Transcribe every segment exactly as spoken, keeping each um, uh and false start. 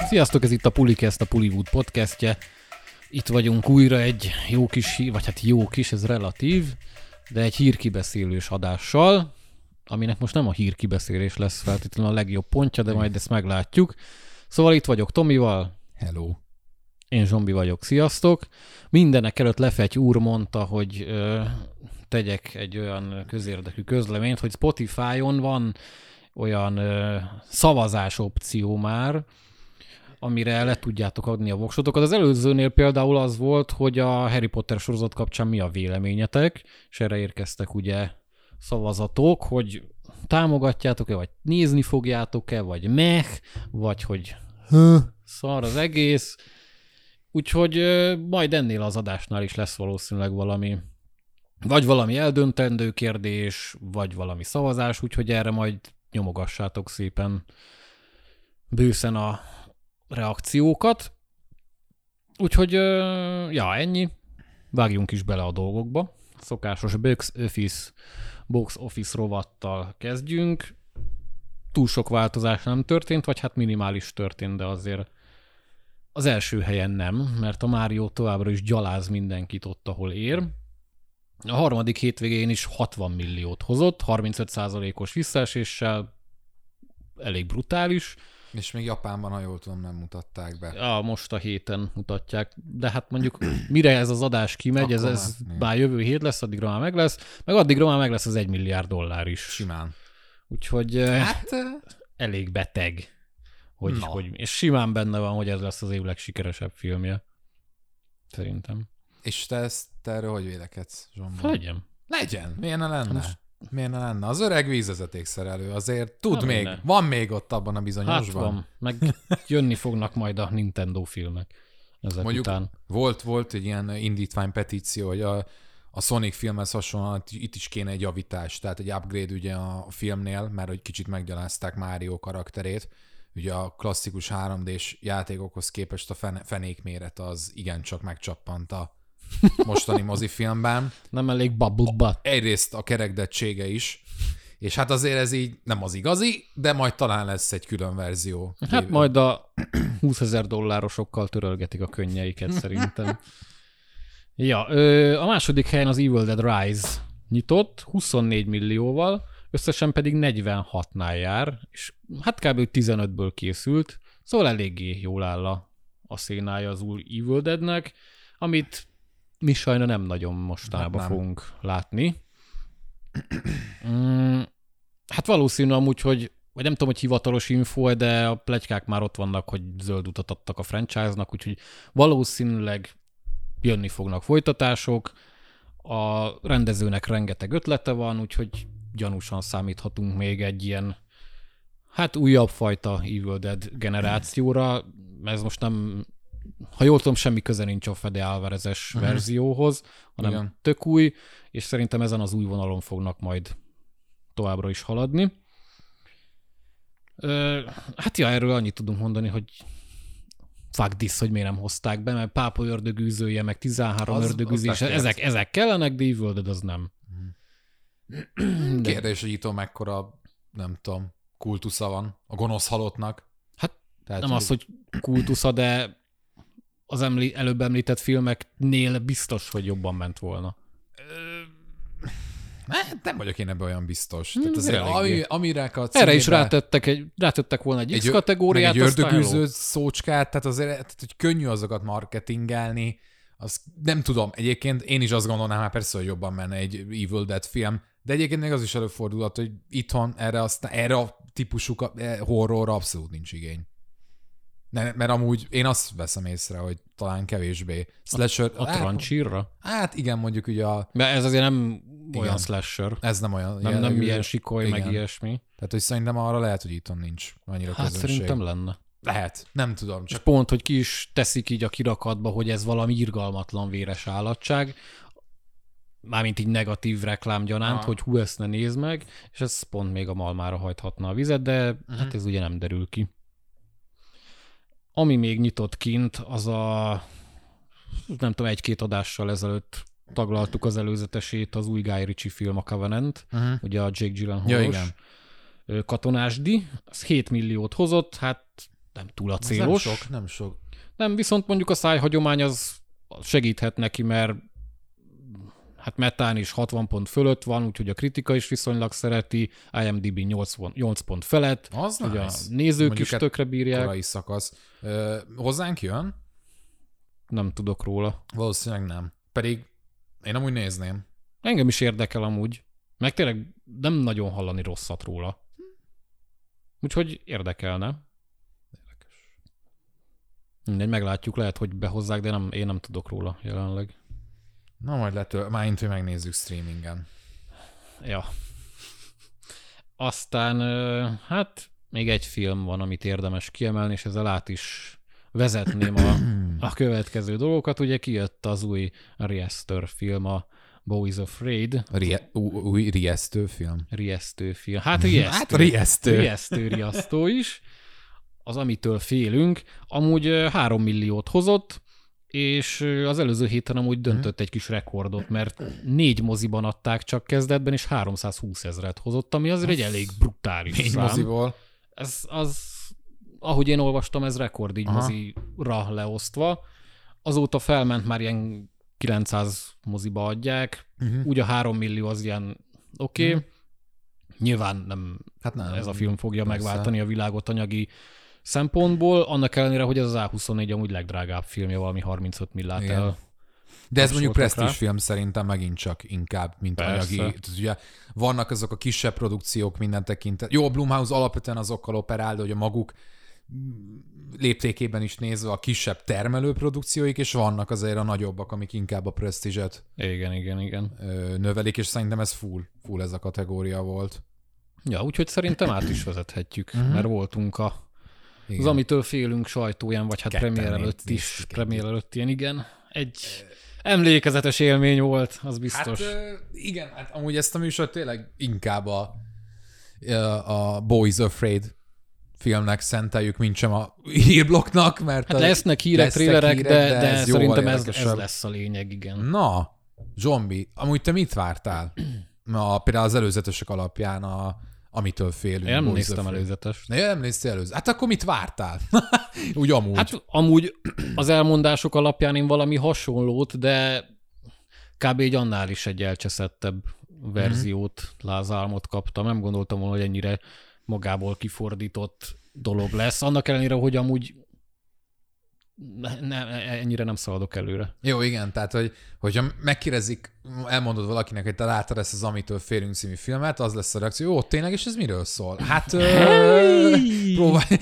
Sziasztok, ez itt a Pulicast, a Pullywood podcastje. Itt vagyunk újra egy jó kis, vagy hát jó kis, ez relatív, de egy hírkibeszélős adással, aminek most nem a hírkibeszélés lesz feltétlenül a legjobb pontja, de majd ezt meglátjuk. Szóval itt vagyok Tomival. Hello. Én Zsombi vagyok, sziasztok. Mindenek előtt Lefegy úr mondta, hogy ö, tegyek egy olyan közérdekű közleményt, hogy Spotify-on van olyan ö, szavazás opció már, amire le tudjátok adni a voksotokat. Az előzőnél például az volt, hogy a Harry Potter sorozat kapcsán mi a véleményetek, és erre érkeztek ugye szavazatok, hogy támogatjátok-e, vagy nézni fogjátok-e, vagy meh, vagy hogy szar az egész. Úgyhogy ö, majd ennél az adásnál is lesz valószínűleg valami, vagy valami eldöntendő kérdés, vagy valami szavazás, úgyhogy erre majd nyomogassátok szépen bőszen a reakciókat. Úgyhogy, ö, ja, ennyi. Vágjunk is bele a dolgokba. Szokásos box office, box office rovattal kezdjünk. Túl sok változás nem történt, vagy hát minimális történt, de azért az első helyen nem, mert a Mario továbbra is gyaláz mindenkit ott, ahol ér. A harmadik hétvégén is hatvan milliót hozott, harmincöt százalékos visszaeséssel, elég brutális. És még Japánban, ha jól tudom, nem mutatták be. Ja, most a héten mutatják, de hát mondjuk mire ez az adás kimegy, ez, ez bár jövő hét lesz, addigra már meg lesz, meg addigra már meg lesz az egy milliárd dollár is. Simán. Úgyhogy hát, elég beteg, hogy, hogy, és simán benne van, hogy ez lesz az év legsikeresebb filmje. Szerintem. És te, ezt, te erről hogy vélekedsz, Zsomba? Legyen. Legyen. Milyen ne lenne? Most... Milyen ne lenne? Az öreg vízvezetékszerelő azért tud Na, még, minden. van még ott abban a Hát bizonyosban. van, meg jönni fognak majd a Nintendo filmek ezek Mondjuk után. Volt, volt egy ilyen indítvány petíció, hogy a, a Sonic filmhez hasonlóan itt is kéne egy javítás, tehát egy upgrade ugye a filmnél, mert hogy kicsit meggyalázták Mario karakterét. Ugye a klasszikus három dés játékokhoz képest a fen- fenék méret az igencsak megcsappant a mostani mozifilmben. Nem elég bubble butt. Egyrészt a kerekdettsége is, és hát azért ez így nem az igazi, de majd talán lesz egy külön verzió. Hát Lévő. Majd a húszezer dollárosokkal törölgetik a könnyeiket szerintem. Ja, ö, a második helyen az Evil Dead Rise nyitott, huszonnégy millióval, összesen pedig negyvenhatnál jár, és hát kb. tizenötből készült, szóval eléggé jól áll a, a szénája az új Evil Deadnek, amit mi sajna nem nagyon mostanában hát fogunk látni. Mm, hát valószínű amúgy, hogy, vagy nem tudom, hogy hivatalos info, de a pletykák már ott vannak, hogy zöld utat adtak a franchise-nak, úgyhogy valószínűleg jönni fognak folytatások. A rendezőnek rengeteg ötlete van, úgyhogy gyanúsan számíthatunk még egy ilyen, hát újabb fajta Evil Dead generációra. Ez most nem, ha jól tudom, semmi köze nincs a Fede Alvarez-es uh-huh. verzióhoz, hanem igen. Tök új, és szerintem ezen az új vonalon fognak majd továbbra is haladni. Ö, hát ja, erről annyit tudunk mondani, hogy fuck this, hogy miért nem hozták be, mert Pápa ördögűzője, meg tizenhárom ördögűzés, ezek, ezek kellenek, de Evil Dead az nem. Hmm. De... Kérdés, hogy itt mekkora, nem tudom, kultusza van a gonosz halottnak. Hát tehát, nem hogy... az, hogy kultusza, de az emli, előbb említett filmeknél biztos, hogy jobban ment volna. Hát nem vagyok én ebben olyan biztos. Hmm, Tehát azért, ami, amire a címébe... Erre is rátettek, egy, rátettek volna egy, egy X-kategóriát. Egy ördögűző szócskát, tehát azért tehát, hogy könnyű azokat marketingelni. Az, nem tudom, egyébként én is azt gondolnám, hát persze, hogy jobban menne egy Evil Dead film, de egyébként még az is előfordulhat, hogy itthon erre, aztán, erre a típusú horrorra abszolút nincs igény. Ne, mert amúgy én azt veszem észre, hogy talán kevésbé. Slasher, a a Crunchyra? Hát igen, mondjuk ugye a... De ez azért nem igen, olyan slasher. Ez nem olyan. Nem, nem ilyen sikoly, igen. Meg ilyesmi. Tehát, hogy szerintem arra lehet, hogy itthon nincs annyira hát közönség. szerintem lenne. Lehet, nem tudom. Csak... És pont, hogy ki is teszik így a kirakatba, hogy ez valami irgalmatlan véres állatság, mármint így negatív reklámgyanánt, hogy hú, ezt ne nézd meg, és ez pont még a malmára hajthatna a vizet, de uh-huh. hát ez ugye nem derül ki. Ami még nyitott kint, az a nem tudom, egy-két adással ezelőtt taglaltuk az előzetesét, az új Guy Ritchie film, a Covenant, uh-huh. ugye a Jake Gyllenhaal-os ja, katonásdi, az hét milliót hozott, hát nem túl a célos. Nem sok, nem sok. Nem, viszont mondjuk a szájhagyomány az segíthet neki, mert hát Metán is hatvan pont fölött van, úgyhogy a kritika is viszonylag szereti, IMDb nyolc pont felett, az hogy nice. a nézők Mondjuk is tökre bírják. Korai szakasz. Ö, hozzánk jön? Nem tudok róla. Valószínűleg nem. Pedig én amúgy nézném. Engem is érdekel amúgy. Meg tényleg nem nagyon hallani rosszat róla. Úgyhogy érdekelne. Érdekes. Mindegy, meglátjuk, lehet, hogy behozzák, de nem, én nem tudok róla jelenleg. Na majd letől, már intő megnézzük streamingen. Ja. Aztán, hát még egy film van, amit érdemes kiemelni, és ezzel át is vezetném a, a következő dolgokat. Ugye kijött az új Ari Aster film, a Beau is Afraid. Rie- új riesztő film. Riesztő film. Hát riesztő. Hát riesztő. Riesztő, riasztó is. Az, amitől félünk. Amúgy három milliót hozott, és az előző héten amúgy döntött egy kis rekordot, mert négy moziban adták csak kezdetben, és háromszázhúsz ezret hozott, ami azért egy elég brutális Négy szám. moziból. Ez az, ahogy én olvastam, ez rekord így Aha. mozira leosztva. Azóta felment már ilyen kilencszáz moziba adják, uh-huh. úgy a három millió az ilyen oké. Okay. Uh-huh. Nyilván nem, hát nem ez a film fogja persze. megváltani a világot anyagi szempontból, annak ellenére, hogy ez az á huszonnégy amúgy legdrágább filmje, valami harmincöt millát igen. el. De ez mondjuk presztízs film szerintem megint csak inkább, mint persze. anyagi. Tehát ugye vannak azok a kisebb produkciók minden tekintet. Jó, a Blumhouse alapvetően azokkal operál, de hogy a maguk léptékében is nézve a kisebb termelő produkcióik, és vannak azért a nagyobbak, amik inkább a presztízset igen, igen, igen. növelik, és szerintem ez full, full ez a kategória volt. Ja, úgyhogy szerintem át is vezethetjük, uh-huh. mert voltunk a igen. az, amitől félünk sajtóján, vagy hát Ketten premier előtt is, premier előtt ilyen, igen. Egy emlékezetes élmény volt, az biztos. Hát igen, hát amúgy ezt a műsort tényleg inkább a, a Beau is Afraid filmnek szenteljük, mint sem a hírblokknak, mert... Hát lesznek hírek, trélerek, de, de, de szerintem ez, ez lesz a lényeg, igen. Na, Zsombi, amúgy te mit vártál? Na, például az előzetesek alapján, a, amitől félünk. Én nem néztem előzetes. Ne, nem néztél előzetes. Hát akkor mit vártál? Úgy amúgy. Hát amúgy az elmondások alapján én valami hasonlót, de kb. Egy annál is egy elcseszettebb verziót, mm-hmm. lázálmot kaptam. Nem gondoltam volna, hogy ennyire magából kifordított dolog lesz. Annak ellenére, hogy amúgy ne, ne, ennyire nem szaladok előre. Jó, igen, tehát, hogy, hogyha megkérdezik, elmondod valakinek, hogy te láttad ezt az Amitől félünk című filmet, az lesz a reakció, jó, tényleg, és ez miről szól? Hát hey! próbálj...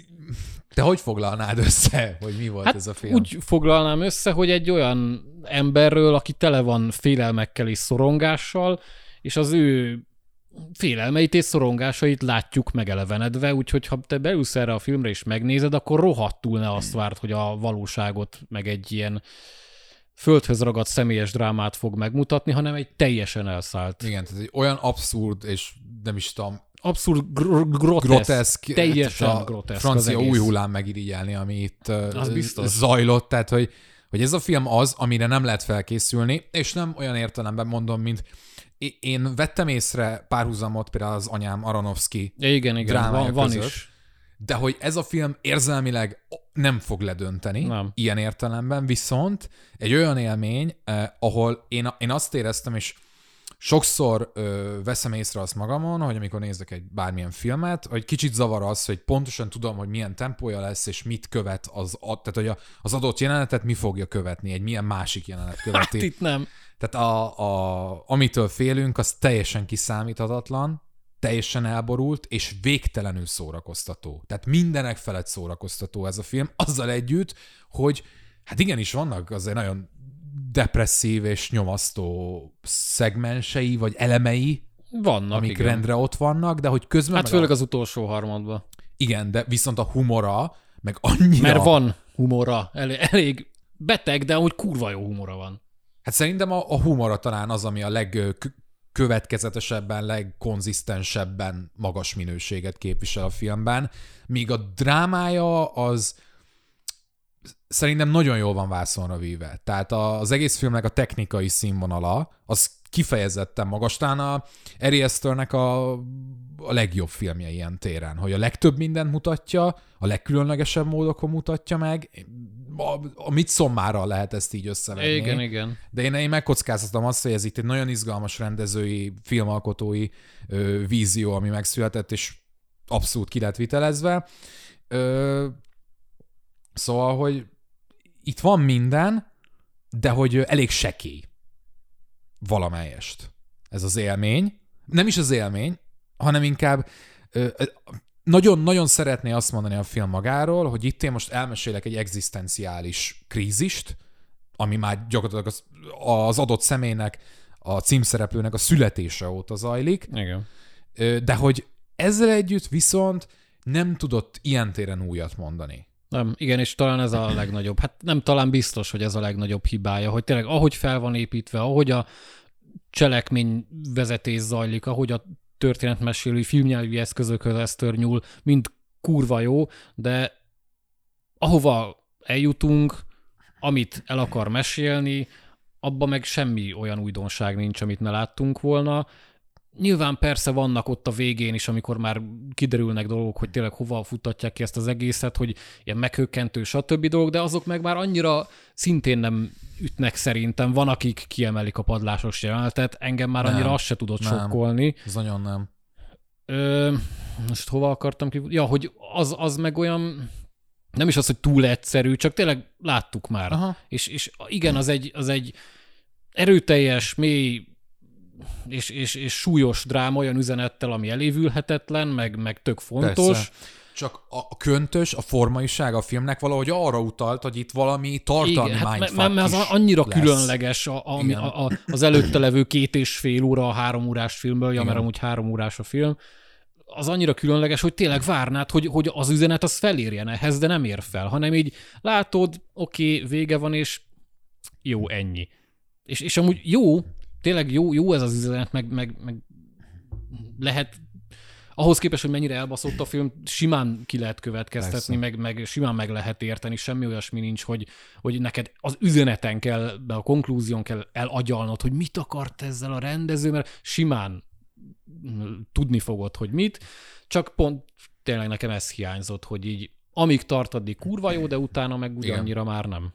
Te hogy foglalnád össze, hogy mi volt hát ez a film? Úgy foglalnám össze, hogy egy olyan emberről, aki tele van félelmekkel és szorongással, és az ő félelmeit és szorongásait látjuk megelevenedve, úgyhogy ha te beülsz erre a filmre és megnézed, akkor rohadtul ne azt várt, hogy a valóságot meg egy ilyen földhöz ragadt személyes drámát fog megmutatni, hanem egy teljesen elszállt. Igen, tehát egy olyan abszurd, és nem is tudom, abszurd gr- groteszk, groteszk, teljesen a groteszk francia új hullám megirigyelni, ami itt az biztos. zajlott, tehát hogy, hogy ez a film az, amire nem lehet felkészülni, és nem olyan értelemben mondom, mint én vettem észre párhuzamot például az anyám Aronofsky igen, igen, van, van is. De hogy ez a film érzelmileg nem fog ledönteni nem. ilyen értelemben, viszont egy olyan élmény, eh, ahol én, én azt éreztem, és sokszor ö, veszem észre azt magamon, hogy amikor nézek egy bármilyen filmet, hogy kicsit zavar az, hogy pontosan tudom, hogy milyen tempója lesz, és mit követ az, tehát hogy a, az adott jelenetet mi fogja követni, egy milyen másik jelenet követi. Hát itt nem. Tehát a, a, amitől félünk, az teljesen kiszámíthatatlan, teljesen elborult, és végtelenül szórakoztató. Tehát mindenek felett szórakoztató ez a film, azzal együtt, hogy hát igenis vannak azért nagyon depresszív és nyomasztó szegmensei, vagy elemei, vannak, amik igen. rendre ott vannak, de hogy közben... Hát főleg a... az utolsó harmadban. Igen, de viszont a humora, meg annyira... Mert van humora, elég, elég beteg, de úgy kurva jó humora van. Hát szerintem a, a humora talán az, ami a legkövetkezetesebben, legkonzisztensebben magas minőséget képvisel a filmben, míg a drámája az szerintem nagyon jól van vászonra víve. Tehát az egész filmnek a technikai színvonala az kifejezetten magas. Talán a Ari Asternek a, a legjobb filmje ilyen téren, hogy a legtöbb mindent mutatja, a legkülönlegesebb módokon mutatja meg. A, a Midsommarral lehet ezt így összevenni. Igen, igen. De én, én megkockáztatom azt, hogy ez itt egy nagyon izgalmas rendezői, filmalkotói ö, vízió, ami megszületett, és abszolút ki lett vitelezve. Ö, szóval, hogy itt van minden, de hogy elég sekély valamelyest ez az élmény. Nem is az élmény, hanem inkább nagyon-nagyon szeretné azt mondani a film magáról, hogy itt én most elmesélek egy egzisztenciális krízist, ami már gyakorlatilag az, az adott személynek, a címszereplőnek a születése óta zajlik. Igen. De hogy ezzel együtt viszont nem tudott ilyen téren újat mondani. Nem, igen, és talán ez a legnagyobb. Hát nem talán biztos, hogy ez a legnagyobb hibája, hogy tényleg ahogy fel van építve, ahogy a cselekmény vezetés zajlik, ahogy a történetmesélői filmnyelvi eszközökhöz esztör nyúl, mind kurva jó, de ahova eljutunk, amit el akar mesélni, abban meg semmi olyan újdonság nincs, amit ne láttunk volna. Nyilván persze vannak ott a végén is, amikor már kiderülnek dolgok, hogy tényleg hova futtatják ki ezt az egészet, hogy ilyen meghökkentő, stb. Dolgok, de azok meg már annyira szintén nem ütnek szerintem. Van, akik kiemelik a padlásos jelenetet, engem már nem, annyira azt se tudott nem, sokkolni. Ez nagyon nem. Ö, most hova akartam ki? Ja, hogy az, az meg olyan, nem is az, hogy túl egyszerű, csak tényleg láttuk már. Aha. És, és igen, az egy, az egy erőteljes, mély, És, és, és súlyos dráma olyan üzenettel, ami elévülhetetlen, meg, meg tök fontos. Persze. Csak a köntös, a formaiság a filmnek valahogy arra utalt, hogy itt valami tartalmi mindfuck hát, mert, mert az annyira lesz. Különleges a, a, a, a, az előtte levő két és fél óra a három órás filmből, ja, mert amúgy három órás a film, az annyira különleges, hogy tényleg várnád, hogy, hogy az üzenet az felérjen ehhez, de nem ér fel, hanem így látod, oké, okay, vége van, és jó, ennyi. És, és amúgy jó, tényleg jó, jó ez az üzenet, meg, meg, meg lehet, ahhoz képest, hogy mennyire elbaszott a film, simán ki lehet következtetni, meg, meg simán meg lehet érteni, semmi olyasmi nincs, hogy, hogy neked az üzeneten kell, de a konklúzión kell elagyalnod, hogy mit akart ezzel a rendező, mert simán tudni fogod, hogy mit, csak pont tényleg nekem ez hiányzott, hogy így amíg tart, addig kurva jó, de utána meg ugyannyira már nem.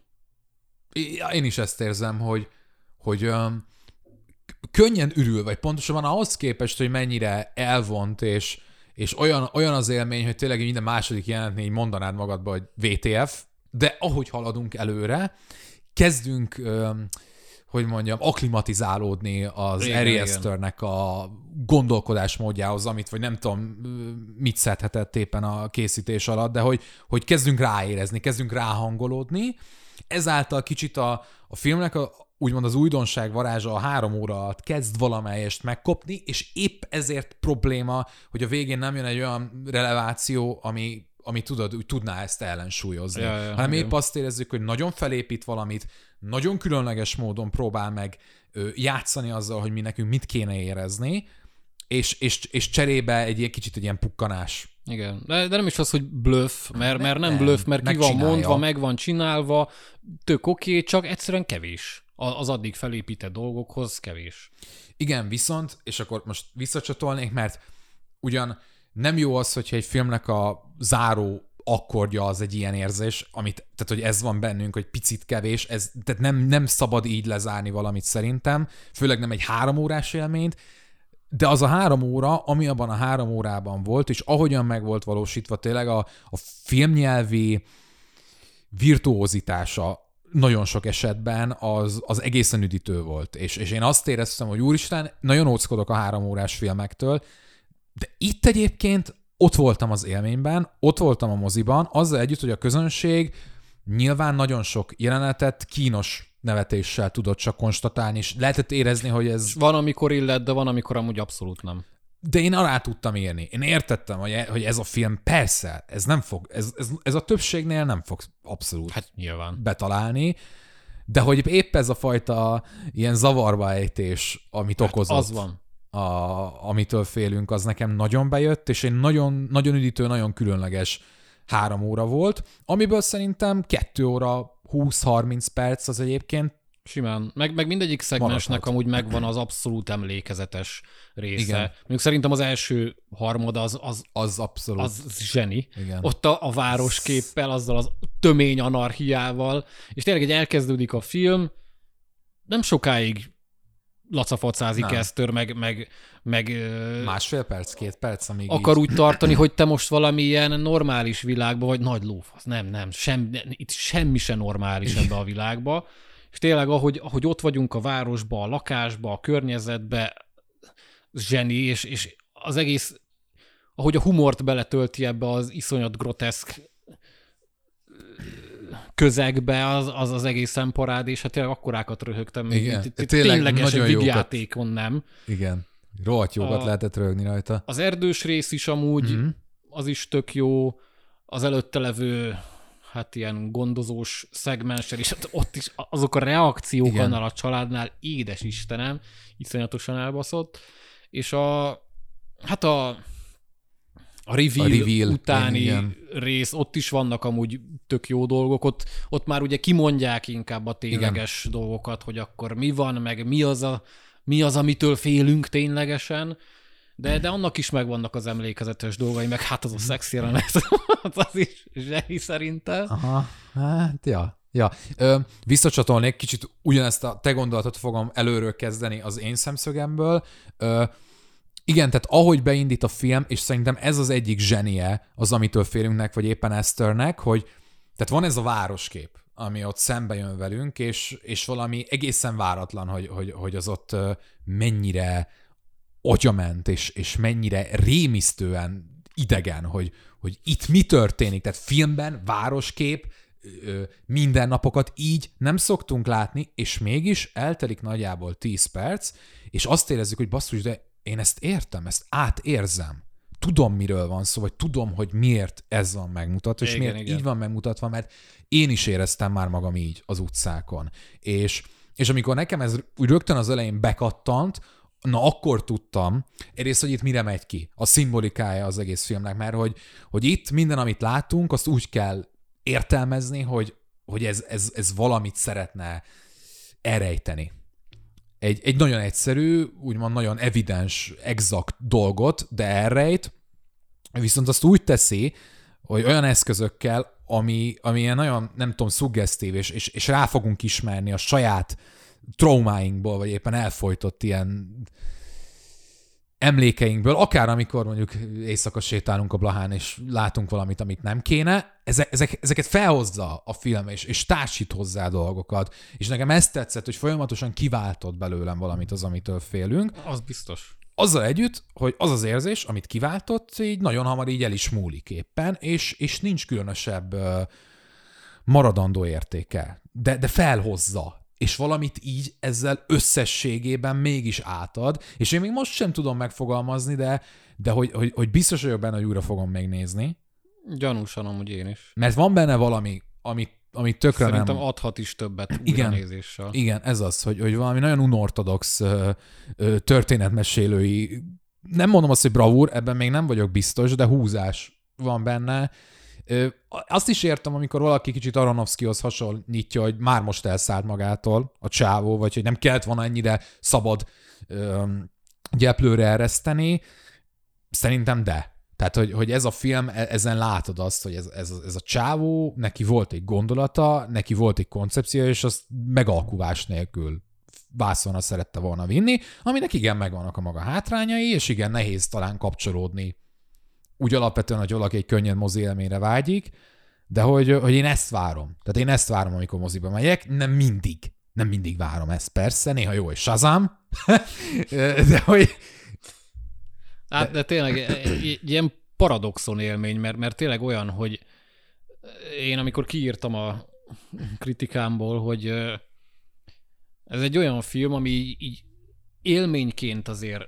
Én is ezt érzem, hogy, hogy um, könnyen ürül, vagy pontosabban ahhoz képest, hogy mennyire elvont, és, és olyan, olyan az élmény, hogy tényleg minden második jelenetnél mondanád magadba, hogy vé té ef, de ahogy haladunk előre, kezdünk, um, hogy mondjam, akklimatizálódni az Ari Asternek a gondolkodásmódjához, amit, vagy nem tudom, mit szedhetett éppen a készítés alatt, de hogy, hogy kezdünk ráérezni, kezdünk ráhangolódni. Ezáltal kicsit a, a filmnek a, úgymond az újdonság varázsa a három óra alatt kezd valamelyest megkopni, és épp ezért probléma, hogy a végén nem jön egy olyan releváció, ami, ami tudod, úgy tudná ezt ellensúlyozni. Ja, ja, hanem igen. Épp azt érezzük, hogy nagyon felépít valamit, nagyon különleges módon próbál meg ö, játszani azzal, hogy mi nekünk mit kéne érezni, és, és, és cserébe egy kicsit egy ilyen pukkanás. Igen, de, de nem is az, hogy bluff, mert, mert nem, nem bluff, mert ki van mondva, meg van csinálva, tök oké, okay, csak egyszerűen kevés. Az addig felépített dolgokhoz kevés. Igen, viszont, és akkor most visszacsatolnék, mert ugyan nem jó az, hogyha egy filmnek a záró akkordja az egy ilyen érzés, amit, tehát hogy ez van bennünk, hogy picit kevés, ez, tehát nem, nem szabad így lezárni valamit szerintem, főleg nem egy három órás élményt, de az a három óra, ami abban a három órában volt, és ahogyan meg volt valósítva tényleg a, a filmnyelvi virtuózitása nagyon sok esetben az, az egészen üdítő volt. És, és én azt éreztem, hogy úristen, nagyon óckodok a három órás filmektől, de itt egyébként ott voltam az élményben, ott voltam a moziban, azzal együtt, hogy a közönség nyilván nagyon sok jelenetet kínos nevetéssel tudott csak konstatálni, és lehetett érezni, hogy ez... Van, amikor illet, de van, amikor amúgy abszolút nem. De én alá tudtam érni. Én értettem, hogy ez a film persze, ez nem fog, ez, ez, ez a többségnél nem fog abszolút hát nyilván betalálni, de hogy épp ez a fajta ilyen zavarba ejtés, amit hát okozott, az van. A, amitől félünk, az nekem nagyon bejött, és egy nagyon, nagyon üdítő, nagyon különleges három óra volt, amiből szerintem kettő óra húsz-harminc perc az egyébként Simán. Meg, meg mindegyik szegmensnek Maradhat. amúgy megvan az abszolút emlékezetes része. Igen. Mondjuk szerintem az első harmad az, az, Az abszolút. az zseni. Igen. Ott a, a városképpel, azzal az tömény anarchiával, és tényleg egy elkezdődik a film, nem sokáig lacafacázik Nem. Eszter, meg, meg, meg Másfél perc, két perc, amíg akar így... úgy tartani, hogy te most valamilyen normális világban vagy, nagy lófasz. Nem, nem, sem, itt semmi se normális ebbe a világba. És tényleg, ahogy, ahogy ott vagyunk a városba, a lakásba, a környezetbe, zseni, és, és az egész, ahogy a humort beletölti ebbe az iszonyat groteszk közegbe, az az, az egészen parád, és hát tényleg akkorákat röhögtem. Igen. Itt, itt Tényleg tényleges nagyon egy jókat. vígjátékon, nem? Igen. Rohadt jókat A- lehetett rögni rajta. Az erdős rész is amúgy, Mhm. az is tök jó, az előtte levő hát ilyen gondozós szegmenssel, és hát ott is azok a reakciók Igen. annál a családnál, édes Istenem, iszonyatosan elbaszott, és a hát a a reveal, A reveal, utáni igen. rész, ott is vannak amúgy tök jó dolgok, ott, ott már ugye kimondják inkább a tényleges igen. dolgokat, hogy akkor mi van, meg mi az, a, mi az, amitől félünk ténylegesen, de, de annak is megvannak az emlékezetes dolgai, meg hát az a szex jelenet, az is zseni szerintem. Aha, hát ja. Ja, Ö, visszacsatolnék, kicsit ugyanezt a te gondolatot fogom előről kezdeni az én szemszögemből. Ö, igen, tehát ahogy beindít a film, és szerintem ez az egyik zsenie az, amitől félünknek, vagy éppen Eszternek, hogy tehát van ez a városkép, ami ott szembe jön velünk, és, és valami egészen váratlan, hogy, hogy, hogy az ott ö, mennyire agyament, és, és mennyire rémisztően idegen, hogy, hogy itt mi történik. Tehát filmben, városkép, ö, mindennapokat így nem szoktunk látni, és mégis eltelik nagyjából tíz perc, és azt érezzük, hogy basszus, de én ezt értem, ezt átérzem. Tudom, miről van szó, vagy tudom, hogy miért ez van megmutatva, és Igen, miért igen. így van megmutatva, mert én is éreztem már magam így az utcákon. És, és amikor nekem ez úgy rögtön az elején bekattant, na akkor tudtam, egyrészt, hogy itt mire megy ki, a szimbolikája az egész filmnek, mert hogy, hogy itt minden, amit látunk, azt úgy kell értelmezni, hogy, hogy ez, ez, ez valamit szeretne elrejteni. Egy, egy nagyon egyszerű, úgymond nagyon evidens, exakt dolgot, de elrejt, viszont azt úgy teszi, hogy olyan eszközökkel, ami, ami ilyen nagyon, nem tudom, szuggesztív, és, és, és rá fogunk ismerni a saját traumáinkból, vagy éppen elfojtott ilyen emlékeinkből, akár amikor mondjuk éjszaka sétálunk a Blahán, és látunk valamit, amit nem kéne, ezek, ezek, ezeket felhozza a film, és, és társít hozzá dolgokat. És nekem ezt tetszett, hogy folyamatosan kiváltott belőlem valamit az, amitől félünk. Az biztos. Azzal együtt, hogy az az érzés, amit kiváltott, így nagyon hamar így el is múlik éppen, és, és nincs különösebb uh, maradandó értéke. De, de felhozza. És valamit így ezzel összességében mégis átad, és én még most sem tudom megfogalmazni, de, de hogy, hogy, hogy biztos vagyok benne, hogy újra fogom megnézni. Gyanúsan amúgy én is. Mert van benne valami, ami, ami tökre Szerintem nem... adhat is többet Igen. újranézéssel. Igen, ez az, hogy, hogy valami nagyon unortodox ö, ö, történetmesélői, nem mondom azt, hogy bravúr, ebben még nem vagyok biztos, de húzás van benne. Ö, azt is értem, amikor valaki kicsit Aronofskyhoz hasonlítja, hogy már most elszállt magától a csávó, vagy hogy nem kellett volna ennyire szabad ö, gyeplőre ereszteni. Szerintem de. Tehát, hogy, hogy ez a film, ezen látod azt, hogy ez, ez, ez a csávó, neki volt egy gondolata, neki volt egy koncepció, és azt megalkuvás nélkül vászonra szerette volna vinni, aminek igen, megvannak a maga hátrányai, és igen, nehéz talán kapcsolódni. Úgy alapvetően, hogy valaki egy könnyed mozi élményre vágyik, de hogy, hogy én ezt várom. Tehát én ezt várom, amikor moziba megyek, nem mindig. Nem mindig várom ezt, persze, néha jó, és Shazam, de hogy... Hát, de tényleg egy ilyen paradoxon élmény, mert, mert tényleg olyan, hogy én amikor kiírtam a kritikámból, hogy ez egy olyan film, ami így élményként azért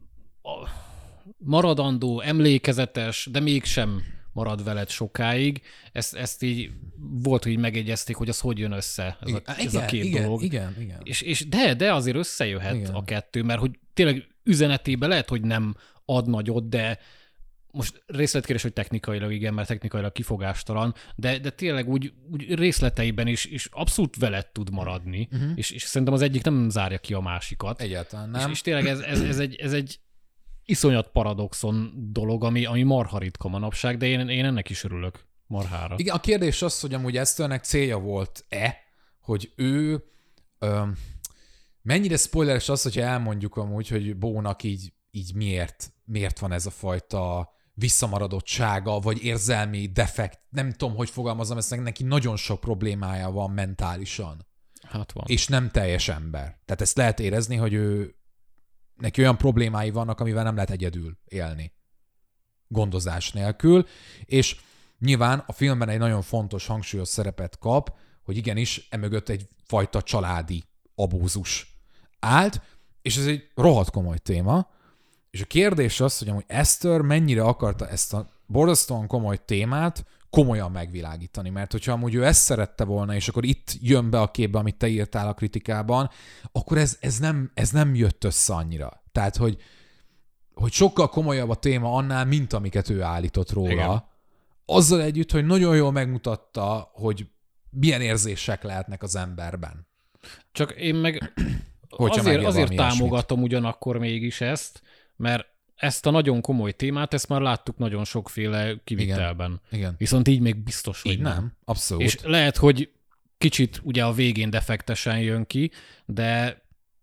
maradandó, emlékezetes, de mégsem marad veled sokáig. Ezt, ezt így volt, hogy így megegyezték, hogy az hogy jön össze, ez a, igen, ez a két igen, dolog. Igen, igen. És, és de, de azért összejöhet Igen. a kettő, mert hogy tényleg üzenetében lehet, hogy nem ad nagyot, de most részletkérdés, hogy technikailag igen, mert technikailag kifogástalan, de, de tényleg úgy, úgy részleteiben is, is abszolút veled tud maradni, uh-huh. és, és szerintem az egyik nem zárja ki a másikat. Egyáltalán nem. És, és tényleg ez, ez, ez, egy, ez egy iszonyat paradoxon dolog, ami, ami marha ritka manapság, de én, én ennek is örülök marhára. Igen, a kérdés az, hogy amúgy Esthernek célja volt-e, hogy ő ö, mennyire spoileres az, hogyha elmondjuk amúgy, hogy Bónak így, így miért, miért van ez a fajta visszamaradottsága, vagy érzelmi defekt, nem tudom, hogy fogalmazom, ezt neki nagyon sok problémája van mentálisan. Hát van. És nem teljes ember. Tehát ezt lehet érezni, hogy ő neki olyan problémái vannak, amivel nem lehet egyedül élni. Gondozás nélkül. És nyilván a filmben egy nagyon fontos, hangsúlyos szerepet kap, hogy igenis emögött egyfajta családi abúzus állt, és ez egy rohadt komoly téma. És a kérdés az, hogy amúgy Esther mennyire akarta ezt a borzasztóan komoly témát komolyan megvilágítani, mert hogyha amúgy ő ezt szerette volna, és akkor itt jön be a képbe, amit te írtál a kritikában, akkor ez, ez, nem, ez nem jött össze annyira. Tehát, hogy, hogy sokkal komolyabb a téma annál, mint amiket ő állított róla. Igen. Azzal együtt, hogy nagyon jól megmutatta, hogy milyen érzések lehetnek az emberben. Csak én meg azért, azért támogatom ugyanakkor mégis ezt, mert ezt a nagyon komoly témát, ezt már láttuk nagyon sokféle kivitelben. Igen. Igen. Viszont így még biztos, hogy így nem. nem. Abszolút. És lehet, hogy kicsit ugye a végén defektesen jön ki, de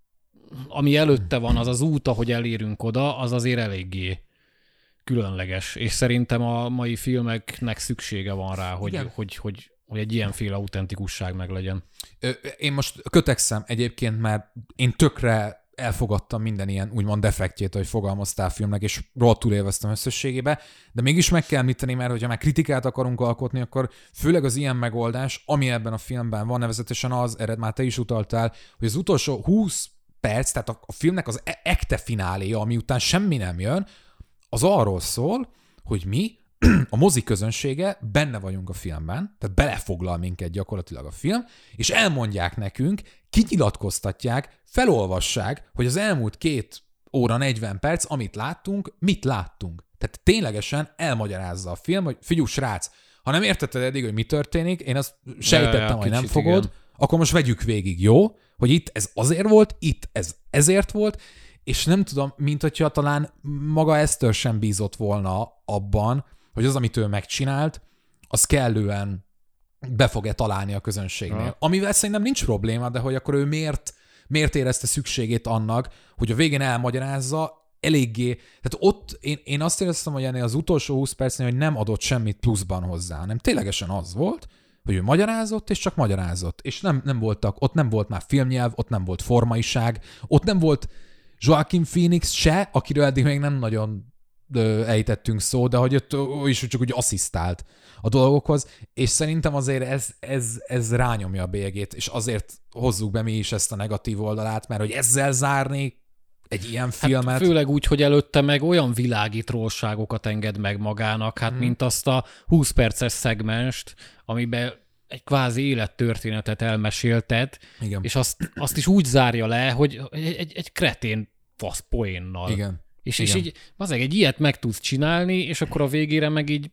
ami előtte van, az az út, ahogy elérünk oda, az azért eléggé különleges. És szerintem a mai filmeknek szüksége van rá, hogy, hogy, hogy, hogy egy ilyenféle autentikusság meg legyen. Én most kötekszem egyébként, mert én tökre elfogadtam minden ilyen úgymond defektjét, ahogy fogalmaztál filmnek, és rohadtul élveztem összességébe, de mégis meg kell említeni, mert hogyha már kritikát akarunk alkotni, akkor főleg az ilyen megoldás, ami ebben a filmben van, nevezetesen az, ered már te is utaltál, hogy az utolsó húsz perc, tehát a, a filmnek az ekte fináléja, ami után semmi nem jön, az arról szól, hogy mi, a mozi közönsége benne vagyunk a filmben, tehát belefoglal minket gyakorlatilag a film, és elmondják nekünk, kinyilatkoztatják, felolvassák, hogy az elmúlt két óra negyven perc, amit láttunk, mit láttunk. Tehát ténylegesen elmagyarázza a film, hogy figyelj, srác, ha nem értetted eddig, hogy mi történik, én azt sejtettem, ja, ja, hogy nem fogod, igen. Akkor most vegyük végig, jó? Hogy itt ez azért volt, itt ez ezért volt, és nem tudom, mint hogyha talán maga Esther sem bízott volna abban, hogy az, amit ő megcsinált, az kellően be fog-e találni a közönségnél. Ha. Amivel szerintem nincs probléma, de hogy akkor ő miért, miért érezte szükségét annak, hogy a végén elmagyarázza, eléggé, tehát ott én, én azt éreztem, hogy ennél az utolsó húsz percnél, hogy nem adott semmit pluszban hozzá, hanem ténylegesen az volt, hogy ő magyarázott, és csak magyarázott. És nem, nem voltak, ott nem volt már filmnyelv, ott nem volt formaiság, ott nem volt Joaquin Phoenix se, akiről eddig még nem nagyon ejtettünk szó, de hogy ott ő is csak úgy asszisztált a dolgokhoz, és szerintem azért ez, ez, ez rányomja a bélyegét, és azért hozzuk be mi is ezt a negatív oldalát, mert hogy ezzel zárni egy ilyen filmet... Hát főleg úgy, hogy előtte meg olyan világi trollságokat enged meg magának, hát hmm. mint azt a húsz perces szegmenst, amiben egy kvázi élettörténetet elmeséltet, igen. És azt, azt is úgy zárja le, hogy egy, egy, egy kretén fasz poénnal. Igen. És, és így, azért egy ilyet meg tudsz csinálni, és akkor a végére meg így...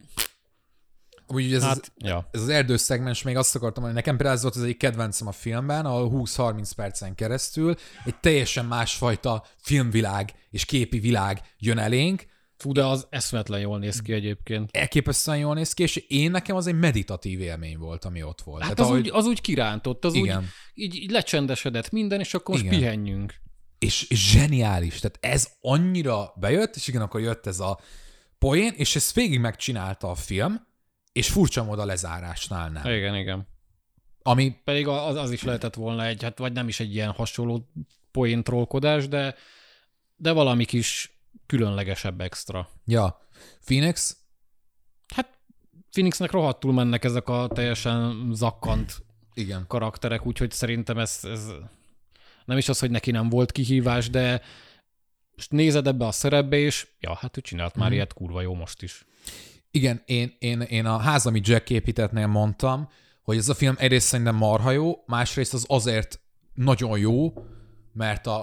Úgy, ez, hát, az, ja. ez az erdős szegmens, még azt akartam mondani, nekem például ez volt az egyik kedvencem a filmben, ahol húsz-harminc percen keresztül egy teljesen másfajta filmvilág és képi világ jön elénk. Fú, de az eszmetlen jól néz ki egyébként. Elképesztően jól néz ki, és én nekem az egy meditatív élmény volt, ami ott volt. Hát Tehát az, ahogy... úgy, az úgy kirántott, az igen. úgy így, így lecsendesedett minden, és akkor most igen. pihenjünk. És, és zseniális. Tehát ez annyira bejött, és igen, akkor jött ez a poén, és ezt végig megcsinálta a film, és furcsa mód a lezárásnál nem. Igen, igen. Ami... Pedig az, az is lehetett volna egy, hát vagy nem is egy ilyen hasonló poén trollkodás, de, de valami kis különlegesebb extra. Ja. Phoenix? Hát Phoenixnek rohadtul mennek ezek a teljesen zakkant igen. karakterek, úgyhogy szerintem ez, ez nem is az, hogy neki nem volt kihívás, de most nézed ebbe a szerepbe, és ja, hát ő csinált már mm. ilyet kurva jó most is. Igen, én, én, én a Ház, amit Jack építettnél mondtam, hogy ez a film egyrészt szerintem marha jó, másrészt az azért nagyon jó, mert a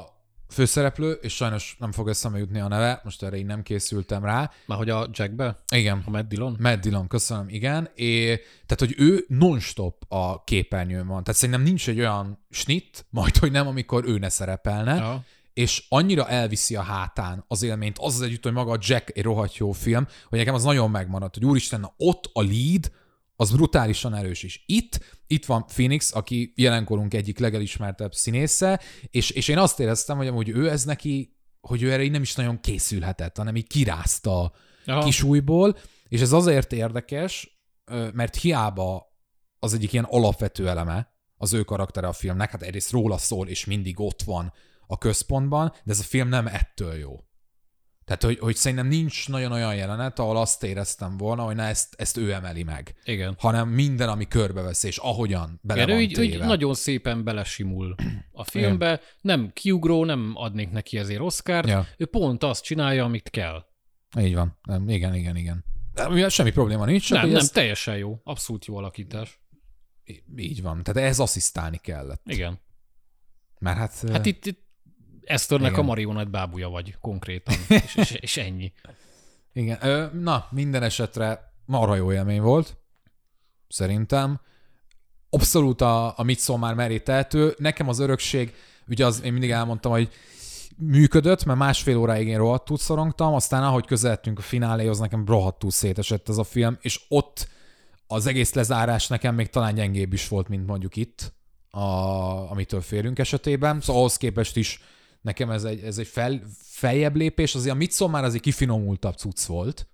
főszereplő, és sajnos nem fog eszembe jutni a neve, most erre így nem készültem rá. Már hogy a Jackbe? Igen. A Matt Dillon? Matt Dillon, köszönöm, igen. É, tehát, hogy ő non-stop a képernyőn van. Tehát szerintem nincs egy olyan snit, majd, hogy nem, amikor ő ne szerepelne, ja. És annyira elviszi a hátán az élményt, az az együtt, hogy maga a Jack egy rohadt jó film, hogy nekem az nagyon megmaradt, hogy úristen, na, ott a lead, az brutálisan erős is. Itt, itt van Phoenix, aki jelenkorunk egyik legelismertebb színésze, és, és én azt éreztem, hogy amúgy ő ez neki, hogy ő erre így nem is nagyon készülhetett, hanem így kirázta a kisújból, és ez azért érdekes, mert hiába az egyik ilyen alapvető eleme az ő karaktere a filmnek, hát egyrészt róla szól, és mindig ott van a központban, de ez a film nem ettől jó. Tehát, hogy, hogy szerintem nincs nagyon olyan jelenet, ahol azt éreztem volna, hogy na ezt, ezt ő emeli meg. Igen. Hanem minden, ami körbevesz, és ahogyan bele igen, van ő téve. így nagyon szépen belesimul a filmbe, igen. Nem kiugró, nem adnék neki ezért Oscart, ja. Ő pont azt csinálja, amit kell. Így van. Igen, igen, igen. De semmi probléma nincs. Nem, nem, ezt... teljesen jó. Abszolút jó alakítás. Így van. Tehát ehhez asszisztálni kellett. Igen. Mert hát... Hát itt, itt Esztörnek a marionett bábúja vagy konkrétan, és, és, és ennyi. Igen. Na, minden esetre marha jó élmény volt, szerintem. Abszolút a, a Midsommar meré tehető. Nekem az örökség, ugye az, én mindig elmondtam, hogy működött, mert másfél óráig én rohadtul szorongtam, aztán ahogy közeledtünk a fináléhoz, nekem rohadtul szétesett ez a film, és ott az egész lezárás nekem még talán gyengébb is volt, mint mondjuk itt, a, amitől férünk esetében. Szóval ahhoz képest is nekem ez egy, ez egy fel, feljebb lépés, azért a Midsommar az egy kifinomultabb cucc volt.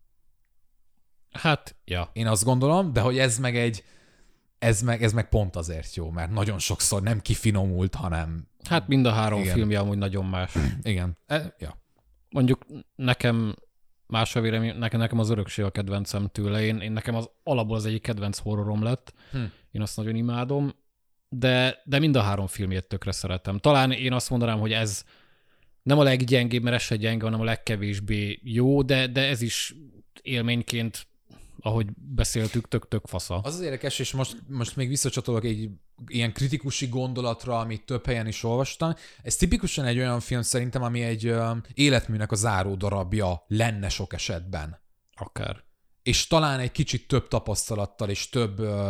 Hát, ja. Én azt gondolom, de hogy ez meg egy, ez meg, ez meg pont azért jó, mert nagyon sokszor nem kifinomult, hanem... Hát mind a három igen. filmje amúgy nagyon más. Igen. E, ja. Mondjuk nekem más a vélemény, nekem, nekem az Örökség a kedvencem tőle. Én, én nekem az alapból az egyik kedvenc horrorom lett. Hm. Én azt nagyon imádom. De, de mind a három filmjét tökre szeretem. Talán én azt mondanám, hogy ez nem a leggyengébb, mert ez se gyenge, hanem a legkevésbé jó, de, de ez is élményként, ahogy beszéltük, tök-tök fasza. Az az érdekes, és most, most még visszacsatolok egy ilyen kritikusi gondolatra, amit több helyen is olvastam. Ez tipikusan egy olyan film szerintem, ami egy uh, életműnek a záró darabja lenne sok esetben. Akár. És talán egy kicsit több tapasztalattal és több... Uh,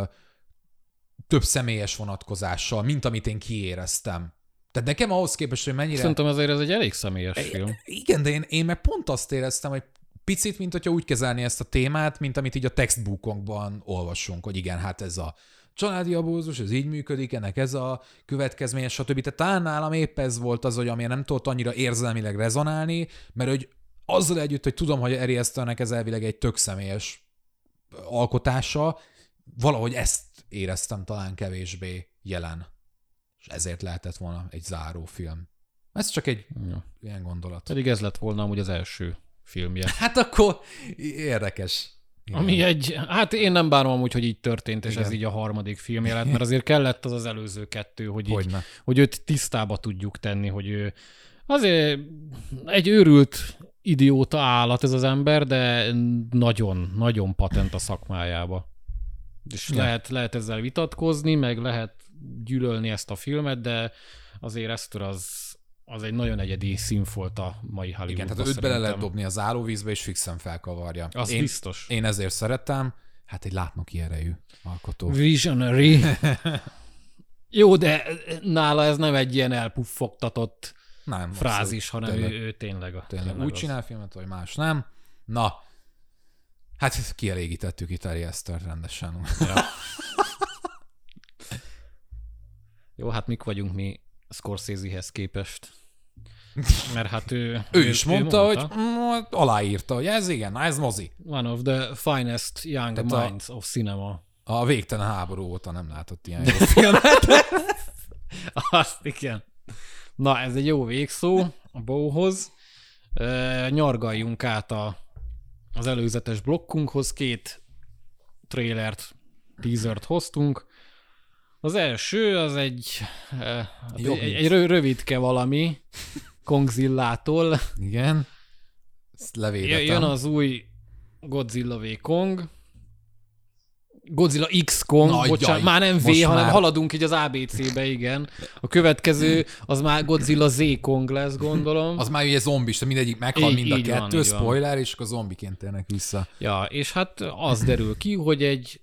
több személyes vonatkozással, mint amit én kiéreztem. Tehát nekem ahhoz képest, hogy mennyire... Szerintem azért ez egy elég személyes film. Igen, de én, én meg pont azt éreztem, hogy picit, mint hogyha úgy kezelni ezt a témát, mint amit így a textbookokban olvasunk, hogy igen, hát ez a családi abúzus, ez így működik, ennek ez a következménye, stb. Tehát talán nálam épp ez volt az, hogy ami nem tudott annyira érzelmileg rezonálni, mert hogy azzal együtt, hogy tudom, hogy Ari Asternek ez elvileg egy tök személyes alkotása, valahogy ezt éreztem talán kevésbé jelen. És ezért lehetett volna egy zárófilm. Ez csak egy ja. ilyen gondolat. Pedig ez lett volna amúgy az első filmje. Hát akkor érdekes. Igen. Ami egy, hát én nem bánom amúgy, hogy így történt, és igen. Ez így a harmadik filmje lett, mert azért kellett az az előző kettő, hogy, így, hogy őt tisztába tudjuk tenni, hogy ő azért egy őrült idióta állat ez az ember, de nagyon, nagyon patent a szakmájába. És ja. lehet, lehet ezzel vitatkozni, meg lehet gyűlölni ezt a filmet, de azért Eszter az, az egy nagyon egyedi színfolt a mai Hollywoodban. Igen, tehát őt bele lehet dobni az állóvízbe, és fixen felkavarja. Az én, biztos. Én ezért szerettem. Hát egy látnoki erejű alkotó. Visionary. Jó, de nála ez nem egy ilyen elpuffogtatott nem, frázis, hanem tényleg, ő, ő tényleg a... Tényleg. Tényleg úgy az... csinál filmet, vagy más nem. Na, hát kielégítettük itt Ari Aster rendesen. Ja. Jó, hát mik vagyunk mi Scorsesehez képest? Mert hát ő... ő, ő is ő mondta, mondta, hogy mm, aláírta, hogy ez igen, ez mozi. One of the finest young Tehát minds a, of cinema. A végtelen háború óta nem látott ilyen jó filmet. Azt igen. Na, ez egy jó végszó a Bóhoz. E, nyargaljunk át a, az előzetes blokkunkhoz. Két trailert, teasert hoztunk. Az első az egy, egy, egy rövidke valami Kongzillától. Igen. Ezt levédetem. Jön az új Godzilla v. Kong. Godzilla X Kong, Nagy, bocsánat, jaj, már nem V, hanem már... haladunk így az á bé cé-be, igen. A következő, az már Godzilla Z Kong lesz, gondolom. Az már ugye zombis, mindegyik meghal így, mind a így kettő, van, spoiler, és akkor zombiként térnek vissza. Ja, és hát az derül ki, hogy egy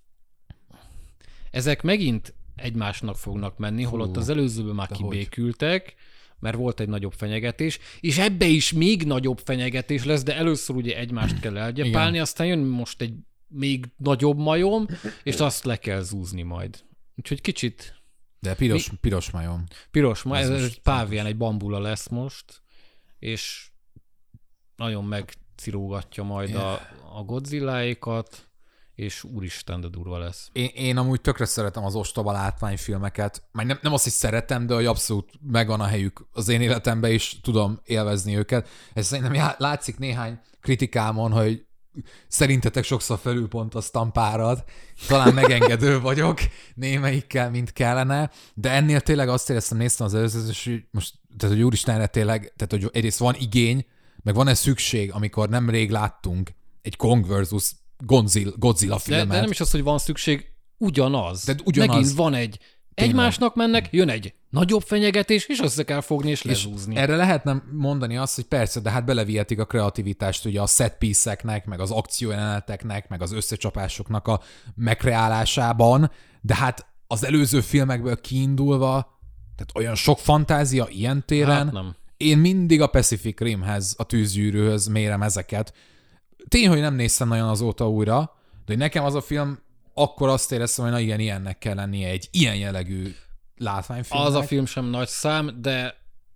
ezek megint egymásnak fognak menni, holott az előzőben már kibékültek, mert volt egy nagyobb fenyegetés, és ebbe is még nagyobb fenyegetés lesz, de először ugye egymást kell elgyepálni, aztán jön most egy még nagyobb majom, és azt le kell zúzni majd. Úgyhogy kicsit... De piros, Mi? piros majom. Piros majom, ez, ez egy pávián, egy bambula lesz most, és nagyon megcirógatja majd yeah. a, a Godzilláékat, és úristen, de durva lesz. Én, én amúgy tökre szeretem az ostoba látványfilmeket. Már nem, nem azt, hogy szeretem, de hogy abszolút megvan a helyük az én életemben, és tudom élvezni őket. Ez szerintem já, látszik néhány kritikámon, hogy szerintetek sokszor felülpontoztam párat, talán megengedő vagyok némelyikkel, mint kellene, de ennél tényleg azt éreztem, néztem az előzőt, és most, tehát hogy úristenre tényleg, tehát hogy egyrészt van igény, meg van-e szükség, amikor nemrég láttunk egy Kong versus Godzilla, Godzilla filmet. De, de nem is az, hogy van szükség, ugyanaz. De ugyanaz. Megint van egy, tényleg. Egymásnak mennek, jön egy nagyobb fenyegetés, és össze kell fogni és lezúzni. És erre lehetne mondani azt, hogy persze, de hát belevihetik a kreativitást ugye a set piece-eknek, meg az akciójeleneteknek, meg az összecsapásoknak a megkreálásában, de hát az előző filmekből kiindulva, tehát olyan sok fantázia ilyen téren, hát nem. Én mindig a Pacific Rimhez, a Tűzgyűrűhöz mérem ezeket. Tény, hogy nem néztem nagyon azóta újra, de hogy nekem az a film akkor azt éreztem, hogy na igen, ilyennek kell lennie egy ilyen jellegű látványfilmnek. Az a film sem nagy szám, de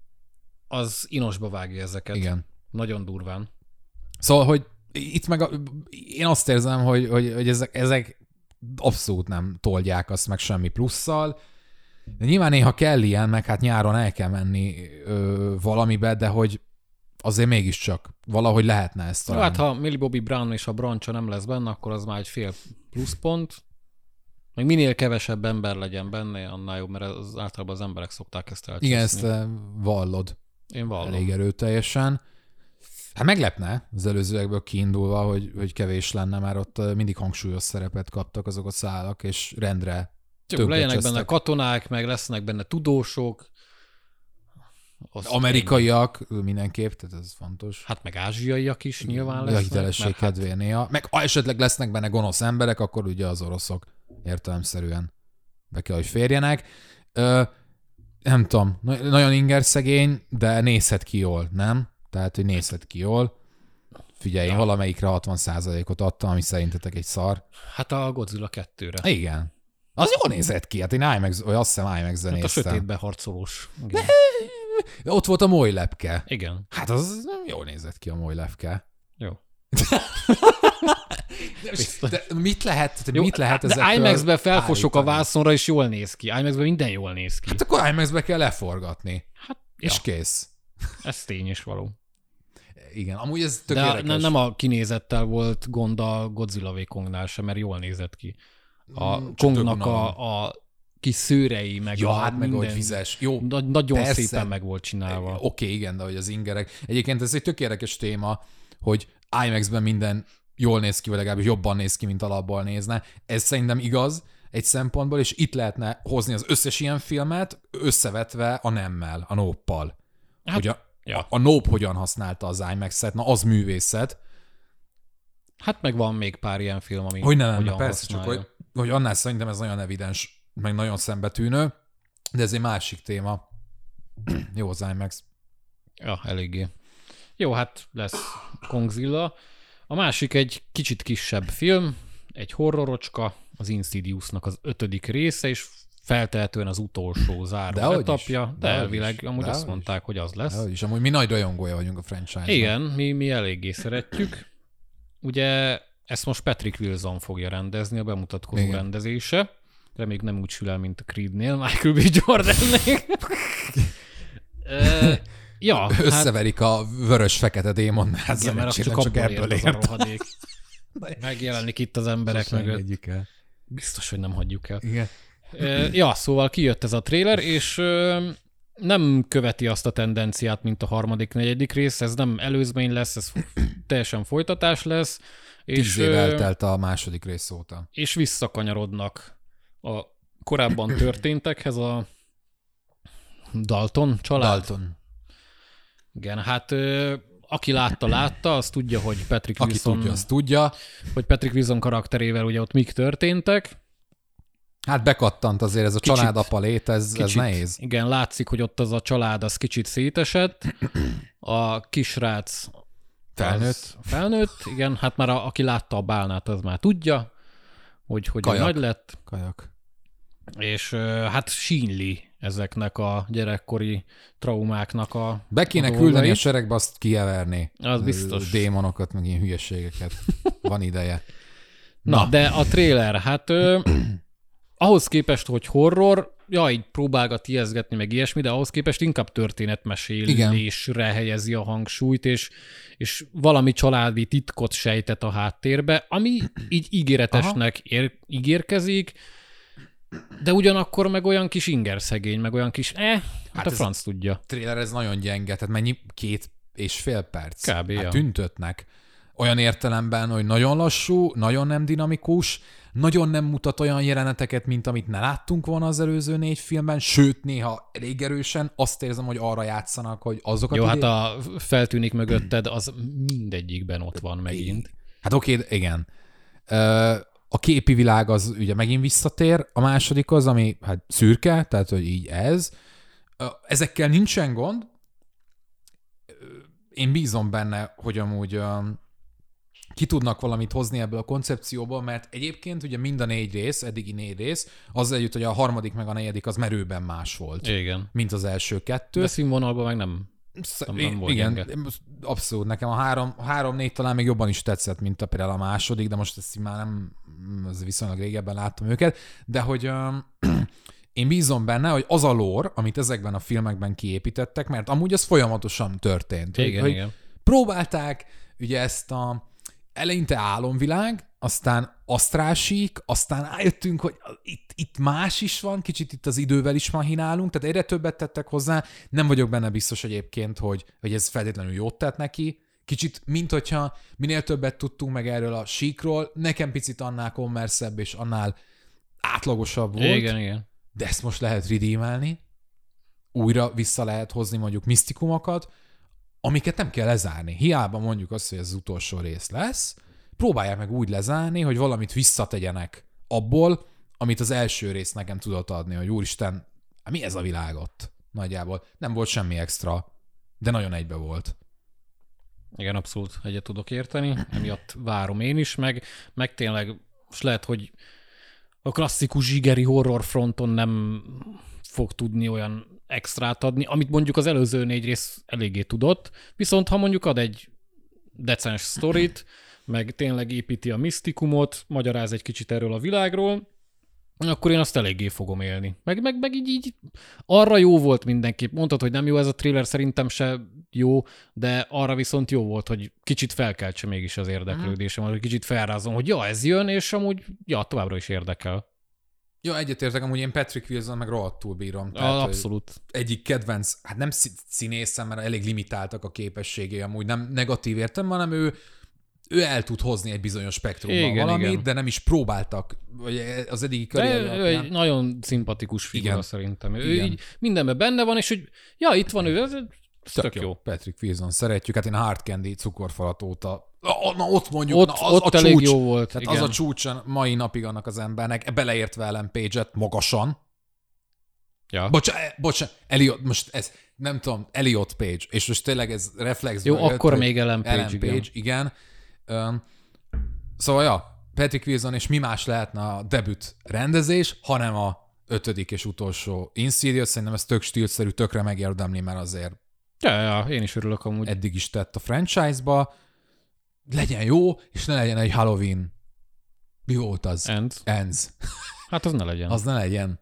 az inosba vágja ezeket. Igen. Nagyon durván. Szóval, hogy itt meg a, én azt érzem, hogy, hogy, hogy ezek, ezek abszolút nem toldják azt meg semmi plusszal. De nyilván néha kell ilyen, meg hát nyáron el kell menni ö, valamibe, de hogy azért mégiscsak valahogy lehetne ezt találni. Hát ha Millie Bobby Brown és a Brancsa nem lesz benne, akkor az már egy fél pluszpont. Meg minél kevesebb ember legyen benne, annál jobb, mert az általában az emberek szokták ezt elcsúszni. Igen, ezt vallod. Én vallom. Elég erőteljesen. Hát meglepne az előzőekből kiindulva, hogy, hogy kevés lenne, már ott mindig hangsúlyos szerepet kaptak azok a szálak, és rendre Jó, legyenek benne katonák, meg lesznek benne tudósok. Amerikaiak én... mindenképp, tehát ez fontos. Hát meg ázsiaiak is nyilván lesznek. A hitelesség kedvéért hát... néha. Meg ha esetleg lesznek benne gonosz emberek, akkor ugye az oroszok értelemszerűen be kell, hogy férjenek. Ö, nem tudom, nagyon ingerszegény, de nézhet ki jól, nem? Tehát, hogy nézhet ki jól. Figyelj, ja. Én valamelyikre hatvan százalékot adtam, ami szerintetek egy szar. Hát a Godzilla kettőre. Igen. Az jól nézett ki, hát én IMAX, vagy azt hiszem IMAX-en hát néztem. A sötétben harcolós. Igen. De ott volt a moly lepke. Igen. Hát az nem jól nézett ki a moly lepke. Jó. de, de mit lehet, de Jó, mit lehet de ezekről IMAX-ben felfosok állítani? a vászonra, és jól néz ki. IMAX-ben minden jól néz ki. Hát akkor IMAX-be kell leforgatni. Hát, és ja. kész. Ez tény is való. Igen, amúgy ez tök de érdekes. Ne, nem a kinézettel volt gond a Godzilla V Kongnál sem, mert jól nézett ki. A mm, Kongnak a, a kis szőrei, meg ja, a hát minden, meg hogy vizes. Jó, na, nagyon persze. szépen meg volt csinálva. Oké, okay, igen, de hogy az ingerek. Egyébként ez egy tök érdekes téma, hogy IMAX-ben minden jól néz ki, vagy legalábbis jobban néz ki, mint alapból nézne. Ez szerintem igaz egy szempontból, és itt lehetne hozni az összes ilyen filmet, összevetve a nemmel, a Nope-pal. Hát, hogy a, ja. a, a Nope hogyan használta az IMAX-et, na az művészet. Hát meg van még pár ilyen film, ami hogy nem, hogyan persze, csak hogy, hogy annál szerintem ez nagyon evidens, meg nagyon szembetűnő, de ez egy másik téma. Jó az IMAX. Ja, eléggé. Jó, hát lesz Kongzilla. A másik egy kicsit kisebb film, egy horrorocska, az Insidiousnak az ötödik része, és feltehetően az utolsó záró etapja, de, de elvileg amúgy de azt is. mondták, hogy az lesz. De is, amúgy mi nagy rajongója vagyunk a franchise-nak. Igen, mi, mi eléggé szeretjük. Ugye ezt most Patrick Wilson fogja rendezni, a bemutatkozó Igen. rendezése. Reméljük nem úgy sül el, mint a Creednél, Michael B. Jordannél. e, ja, Összeverik hát, a vörös-fekete démonnál. Igen, mert csak, csak ebből ért. A rohadék. Megjelenik itt az emberek mögött. Biztos, hogy nem hagyjuk el. Igen. E, ja, szóval kijött ez a trailer, és e, nem követi azt a tendenciát, mint a harmadik, negyedik rész. Ez nem előzmény lesz, ez teljesen folytatás lesz. Tíz év eltelt a második rész óta. És visszakanyarodnak a korábban történtekhez a Dalton család. Dalton. Igen, hát aki látta, látta, az tudja, hogy Patrick Aki Wilson, tudja, az tudja. hogy Patrick Wilson karakterével ugye ott mik történtek. Hát bekattant azért ez a Kicsit- családapa lét, ez, ez Kicsit, nehéz. igen, látszik, hogy ott az a család az kicsit szétesett. A kisrác Felnőtt. az felnőtt, igen, hát már a, aki látta a bálnát, az már tudja, hogy, hogy Kajak. nagy lett, Kajak. és ö, hát sínli ezeknek a gyerekkori traumáknak a Be kéne a küldeni dolgait. a seregbe, azt kieverni. Az biztos. Démonokat, meg ilyen hülyeségeket. Van ideje. Na, Na. de a trailer, hát ö, ahhoz képest, hogy horror, ja, így próbálgat ijeszgetni, meg ilyesmi, de ahhoz képest inkább történetmesélésre helyezi a hangsúlyt, és, és valami családi titkot sejtet a háttérbe, ami így ígéretesnek ér, ígérkezik, de ugyanakkor meg olyan kis ingerszegény, meg olyan kis, eh, hát, hát a ez- franc tudja. Trailer ez nagyon gyenge, tehát mennyi? Két és fél perc. Kb. Ja. Hát tüntötnek. Olyan értelemben, hogy nagyon lassú, nagyon nem dinamikus, nagyon nem mutat olyan jeleneteket, mint amit ne láttunk volna az előző négy filmben, sőt, néha elég erősen azt érzem, hogy arra játszanak, hogy azokat... Jó, idé- hát a feltűnik mögötted, az mindegyikben ott van megint. Hát oké, igen. Ö, A képi világ az ugye megint visszatér, a második az, ami hát szürke, tehát hogy így ez. Ö, Ezekkel nincsen gond. Ö, Én bízom benne, hogy amúgy ö, ki tudnak valamit hozni ebből a koncepcióból, mert egyébként ugye mind a négy rész, eddigi négy rész, azzal együtt, hogy a harmadik meg a negyedik az merőben más volt, Igen. mint az első kettő. De színvonalban meg nem. Sz- nem- nem volt igen, gyenge. abszolút. Nekem a három, három-négy talán még jobban is tetszett, mint a például a második, de most ezt már nem, ez viszonylag régebben láttam őket, de hogy um, én bízom benne, hogy az a lore, amit ezekben a filmekben kiépítettek, mert amúgy az folyamatosan történt. Igen, hogy, igen. hogy próbálták ugye ezt a eleinte álomvilág, aztán asztrálsík, aztán rájöttünk, hogy itt, itt más is van, kicsit itt az idővel is mahinálunk, tehát egyre többet tettek hozzá. Nem vagyok benne biztos egyébként, hogy, hogy ez feltétlenül jót tett neki. Kicsit, mint hogyha minél többet tudtunk meg erről a síkról, nekem picit annál kommerszebb és annál átlagosabb volt, Igen, igen. de ezt most lehet redeemelni, újra vissza lehet hozni mondjuk misztikumokat, amiket nem kell lezárni. Hiába mondjuk azt, hogy ez az utolsó rész lesz, próbálják meg úgy lezárni, hogy valamit visszategyenek abból, amit az első rész nekem tudott adni, hogy úristen, mi ez a világ ott? Nagyjából. Nem volt semmi extra, de nagyon egybe volt. Igen, abszolút egyet tudok érteni, emiatt várom én is, meg, meg tényleg most lehet, hogy a klasszikus zsigeri horror fronton nem fog tudni olyan extrát adni, amit mondjuk az előző négy rész eléggé tudott, viszont ha mondjuk ad egy decens sztorit, meg tényleg építi a misztikumot, magyaráz egy kicsit erről a világról, akkor én azt eléggé fogom élni. Meg, meg, meg így, így arra jó volt mindenképp. Mondtad, hogy nem jó ez a thriller, szerintem se jó, de arra viszont jó volt, hogy kicsit felkeltse mégis az érdeklődésem, hogy kicsit felrázom, hogy ja, ez jön, és amúgy ja, továbbra is érdekel. Ja, egyetértek, amúgy én Patrick Wilson meg rohadtul bírom. A, abszolút. Egyik kedvenc, hát nem szí- színészem, mert elég limitáltak a képességei, amúgy nem negatív értem, hanem ő ő el tud hozni egy bizonyos spektrumban Igen, valamit, igen. de nem is próbáltak, vagy az eddigi De karrierje ő egy alapján. nagyon szimpatikus figura Igen. szerintem. Ő Igen. így mindenben benne van, és hogy ja, itt van ő, ez, ez tök, tök jó. jó. Patrick Wilson szeretjük, hát én a Hard Candy cukorfalat óta, na, na ott mondjuk, Ott, na, az ott a elég csúcs, jó volt. tehát Igen. az a csúcson mai napig annak az embernek, beleértve Ellen Page-et magasan. Ja. Bocsánat, bocsánat, Elliot, most ez, nem tudom, Elliot Page, és most tényleg ez reflexből Jó, jött, akkor hogy még Ellen Page, Ellen Page, igen. igen. Um, szóval, ja, Patrick Wilson, és mi más lehetne a debüt rendezés, hanem a ötödik és utolsó Insidious, szerintem ez tök stílszerű, tökre megérdemli, mert azért Ja, ja, én is örülök amúgy. eddig is tett a franchise-ba. Legyen jó, és ne legyen egy Halloween. Mi volt az? Ends. Ends. Hát az ne legyen. Az ne legyen.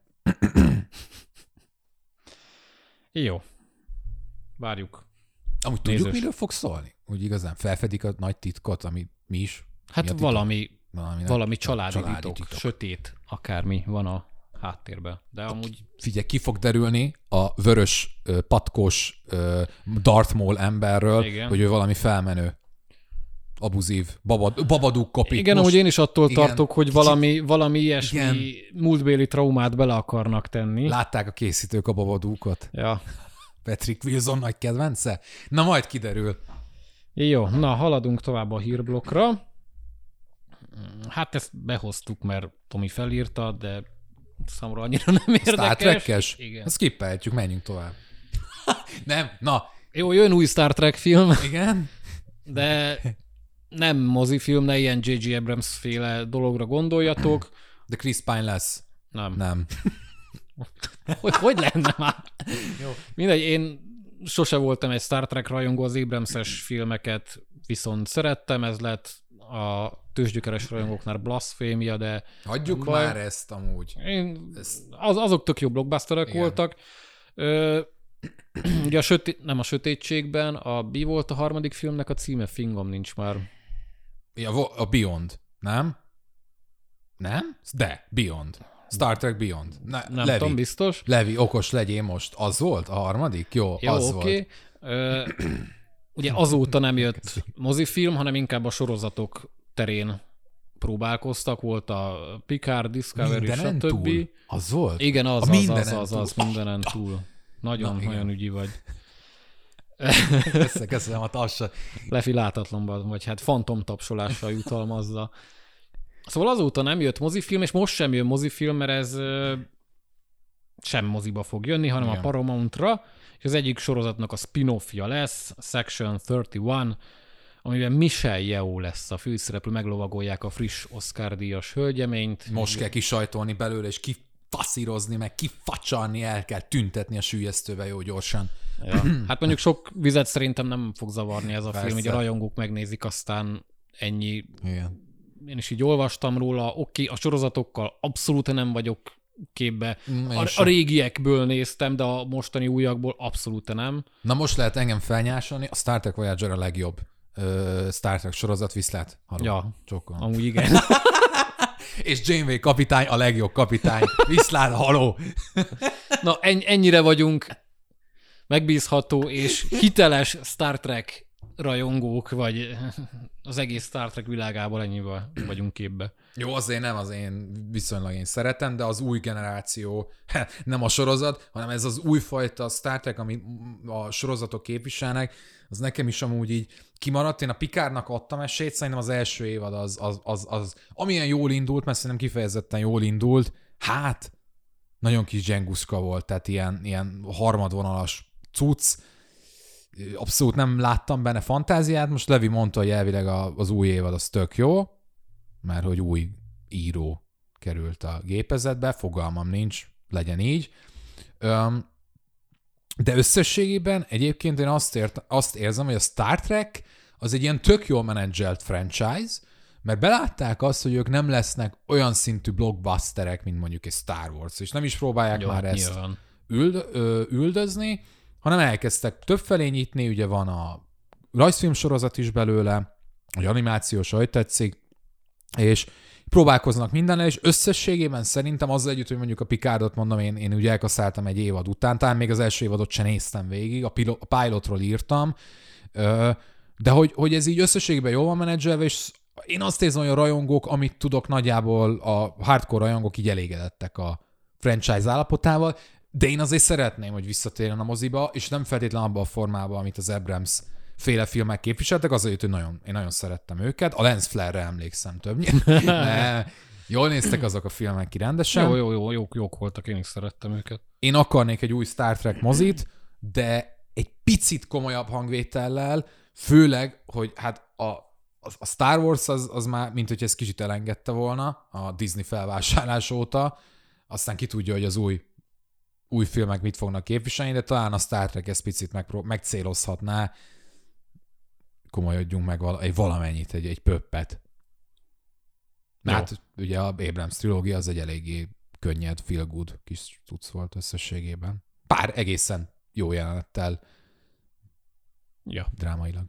Jó. Várjuk. Amúgy tudjuk, Nézős. miről fog szólni? Úgy igazán felfedik a nagy titkot, ami mi is. Hát Mi a titok? valami, Valami, nem- valami családi, családi titok, titok. sötét, akármi van a háttérben. De amúgy Figyelj, ki fog derülni a vörös, ö, patkós ö, Darth Maul emberről, Igen. hogy ő valami felmenő. abuzív, babad, babadúk kopik. Igen, most, ahogy én is attól igen, tartok, hogy kicsit, valami, valami ilyesmi igen. múltbéli traumát bele akarnak tenni. Látták a készítők a babadúkot? Ja. Patrick Wilson nagy kedvence? Na majd kiderül. Jó, na haladunk tovább a hírblokkra. Hát ezt behoztuk, mert Tomi felírta, de számomra annyira nem érdekes. Star Trek-es? Igen. Ezt skippeljük, menjünk tovább. Nem, na. Jó, jön új Star Trek film. Igen? De nem mozifilm, ne ilyen dzsé dzsé Abrams féle dologra gondoljatok. De Chris Pine lesz. Nem. Nem. Hogy, hogy lenne már? Jó. Mindegy, én sose voltam egy Star Trek rajongó, az Abrams-es filmeket viszont szerettem, ez lett a tőzsgyökeres rajongóknál blasfémia, de... Hagyjuk már ezt amúgy. Én, az, azok tök jó blockbusterek Igen. voltak. Ö, ugye a sötét, nem a sötétségben, a B volt a harmadik filmnek a címe, fingom nincs már. Ja, a Beyond, nem? Nem? De, Beyond. Star Trek Beyond. Ne, Nem Levi. tudom, biztos. Levi, okos legyél most. Az volt a harmadik? Jó, Jó, az oké. volt. Ugye azóta nem jött mozifilm, hanem inkább a sorozatok terén próbálkoztak. Volt a Picard, Discovery, Mindenen stb. túl? Az volt? Igen, az, A az, mindenen az, az, az, túl. mindenen túl. Nagyon, Na, nagyon ügyi vagy. Összeköszönöm a tassat. Lefi látatlanban, vagy hát fantomtapsolással jutalmazza. Szóval azóta nem jött mozifilm, és most sem jön mozifilm, mert ez ö, sem moziba fog jönni, hanem Igen. a Paramountra, és az egyik sorozatnak a spin-offja lesz, Section harmincegy, amiben Michelle Yeoh lesz a főszereplő, meglovagolják a friss Oscar-díjas hölgyeményt. Most kell kisajtolni belőle, és kifaszírozni, meg kifacsarni, el kell tüntetni a süllyesztővel jó gyorsan. Ja. Hát mondjuk sok vizet szerintem nem fog zavarni ez a Persze. film, hogy a rajongók megnézik, aztán ennyi. Igen. Én is így olvastam róla, oké, a sorozatokkal abszolút nem vagyok képbe. Mm, én A, sem. a régiekből néztem, de a mostani újakból abszolút nem. Na most lehet engem felnyásolni, a Star Trek Voyager a legjobb ö, Star Trek sorozat, viszlát. Halló. Ja, Csókolom. amúgy igen. És Janeway kapitány a legjobb kapitány. Viszlát, haló. Na, enny- ennyire vagyunk megbízható és hiteles Star Trek rajongók, vagy az egész Star Trek világából ennyivel vagyunk képbe. Jó, azért nem, az én viszonylag én szeretem, de az új generáció, nem a sorozat, hanem ez az újfajta Star Trek, amit a sorozatok képviselnek, az nekem is amúgy így kimaradt. Én a Picardnak adtam esélyt, szerintem az első évad az, az, az, az amilyen jól indult, mert szerintem kifejezetten jól indult, hát nagyon kis gyenguszka volt, tehát ilyen, ilyen harmadvonalas cucc. Abszolút nem láttam benne fantáziát, most Levi mondta, hogy elvileg az új évad az tök jó, mert hogy új író került a gépezetbe, fogalmam nincs, legyen így. De összességében egyébként én azt, ért, azt érzem, hogy a Star Trek az egy ilyen tök jól menedzselt franchise, mert belátták azt, hogy ők nem lesznek olyan szintű blockbusterek, mint mondjuk egy Star Wars, és nem is próbálják Jó, már ezt nyilván. üld, ö, üldözni, hanem elkezdtek többfelé nyitni, ugye van a rajzfilm sorozat is belőle, vagy animációs, ahogy tetszik, és próbálkoznak mindennel, és összességében szerintem azzal együtt, hogy mondjuk a Picardot mondom, én, én ugye elkaszáltam egy évad után, talán még az első évadot sem néztem végig, a, pilo, a pilotról írtam, de hogy, hogy ez így összességében jól van menedzselve, és én azt érzem, hogy a rajongók, amit tudok, nagyjából a hardcore rajongók így elégedettek a franchise állapotával, de én azért szeretném, hogy visszatérjen a moziba, és nem feltétlenül abban a formában, amit az Abrams féle filmek képviseltek, azért, hogy nagyon, én nagyon szerettem őket. A Lens Flare-re emlékszem többnyire. Jól néztek azok a filmek ki rendesen. Jó, jó, jó, jók, jók voltak, én is szerettem őket. Én akarnék egy új Star Trek mozit, de egy picit komolyabb hangvétellel, főleg, hogy hát a, a Star Wars az, az már, mint hogy ez kicsit elengedte volna a Disney felvásárlás óta, aztán ki tudja, hogy az új új filmek mit fognak képviselni, de talán a Star Trek ezt picit megpró- megcélozhatná, komolyodjunk meg val- egy valamennyit, egy, egy pöppet. Hát ugye a Abrams trilógia az egy eléggé könnyed, feel good kis cucc volt összességében. Pár egészen jó jelenettel, Ja. drámailag.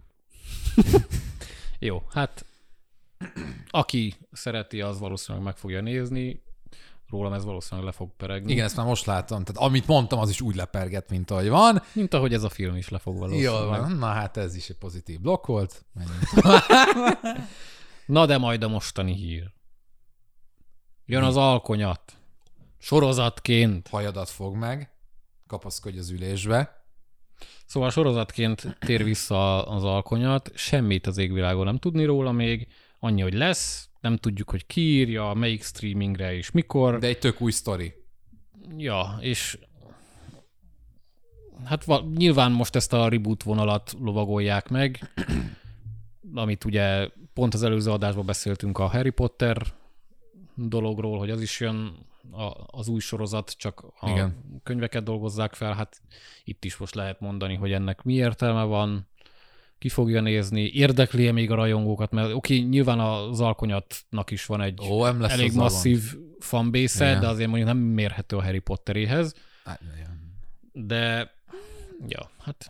Jó, hát aki szereti, az valószínűleg meg fogja nézni. rólam ez valószínűleg le fog peregni. Igen, ezt már most láttam. Tehát amit mondtam, az is úgy leperget, mint ahogy van. Mint ahogy ez a film is le fog valószínűleg. Jól van. Na hát ez is egy pozitív blokk volt. Na de majd a mostani hír. Jön az Alkonyat. Sorozatként. Hajadat fog meg. Kapaszkodj az ülésbe. Szóval sorozatként tér vissza az Alkonyat. Semmit az égvilágon nem tudni róla még. Annyi, hogy lesz. Nem tudjuk, hogy ki írja, melyik streamingre és mikor. De egy tök új sztori. Ja, és hát va- nyilván most ezt a reboot vonalat lovagolják meg, amit ugye pont az előző adásban beszéltünk a Harry Potter dologról, hogy az is jön a, az új sorozat, csak a Igen. könyveket dolgozzák fel. Hát itt is most lehet mondani, hogy ennek mi értelme van, ki fogja nézni, érdekli-e még a rajongókat, mert oké, nyilván az Alkonyatnak is van egy Ó, nem lesz elég azzal masszív fanbase, Igen. de azért mondjuk nem mérhető a Harry Potteréhez, Hát, igen. de ja, hát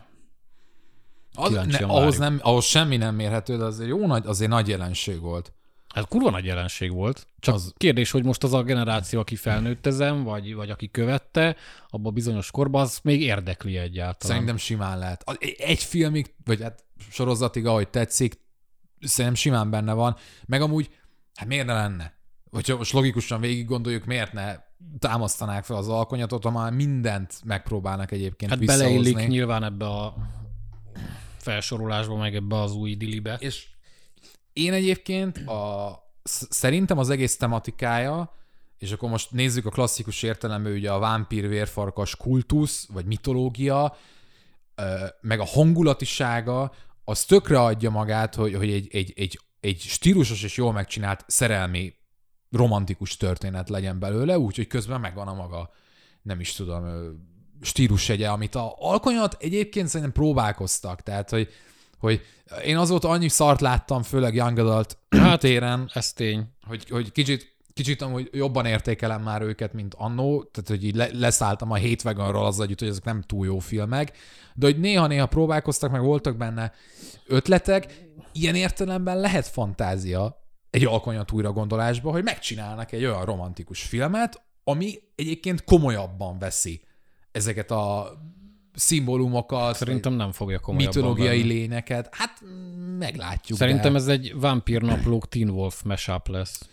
Az, ne, kíváncsian ahhoz, várjuk. nem, ahhoz semmi nem mérhető, de azért jó nagy, azért nagy jelenség volt. Hát kurva nagy jelenség volt. Csak Az- az... kérdés, hogy most az a generáció, aki felnőtt ezen, vagy, vagy aki követte, abban a bizonyos korban, az még érdekli egyáltalán. Szerintem simán lehet. Az- Egy filmig, vagy hát sorozatig, ahogy tetszik, szerintem simán benne van. Meg amúgy, hát miért ne lenne? Hogyha most logikusan végig gondoljuk, miért ne támasztanák fel az Alkonyatot, ha már mindent megpróbálnak egyébként Hát visszahozni. beleillik nyilván ebbe a felsorolásba, meg ebbe az új dilibe. És én egyébként a, sz- szerintem az egész tematikája, és akkor most nézzük a klasszikus értelemben, ugye a vámpír vérfarkas kultusz, vagy mitológia, ö, meg a hangulatisága, az tökre adja magát, hogy, hogy egy, egy, egy, egy stílusos és jól megcsinált szerelmi romantikus történet legyen belőle, úgyhogy közben megvan a maga, nem is tudom, ö, stílusjegye, amit a Alkonyat egyébként szerintem próbálkoztak, tehát, hogy hogy én azóta annyi szart láttam, főleg Young Adult Hát téren, ez tény. hogy, hogy kicsit, kicsit amúgy jobban értékelem már őket, mint annó, tehát hogy így le, leszálltam a Hate Wagonról azzal együtt, hogy ezek nem túl jó filmek, de hogy néha-néha próbálkoztak, meg voltak benne ötletek, ilyen értelemben lehet fantázia egy Alkonyat újra gondolásba, hogy megcsinálnak egy olyan romantikus filmet, ami egyébként komolyabban veszi ezeket a szimbólumokat, Szerintem nem fogja komolyabban mitológiai venni. lényeket. Hát mm, meglátjuk. Szerintem de ez egy vámpírnaplók Teen Wolf mashup lesz.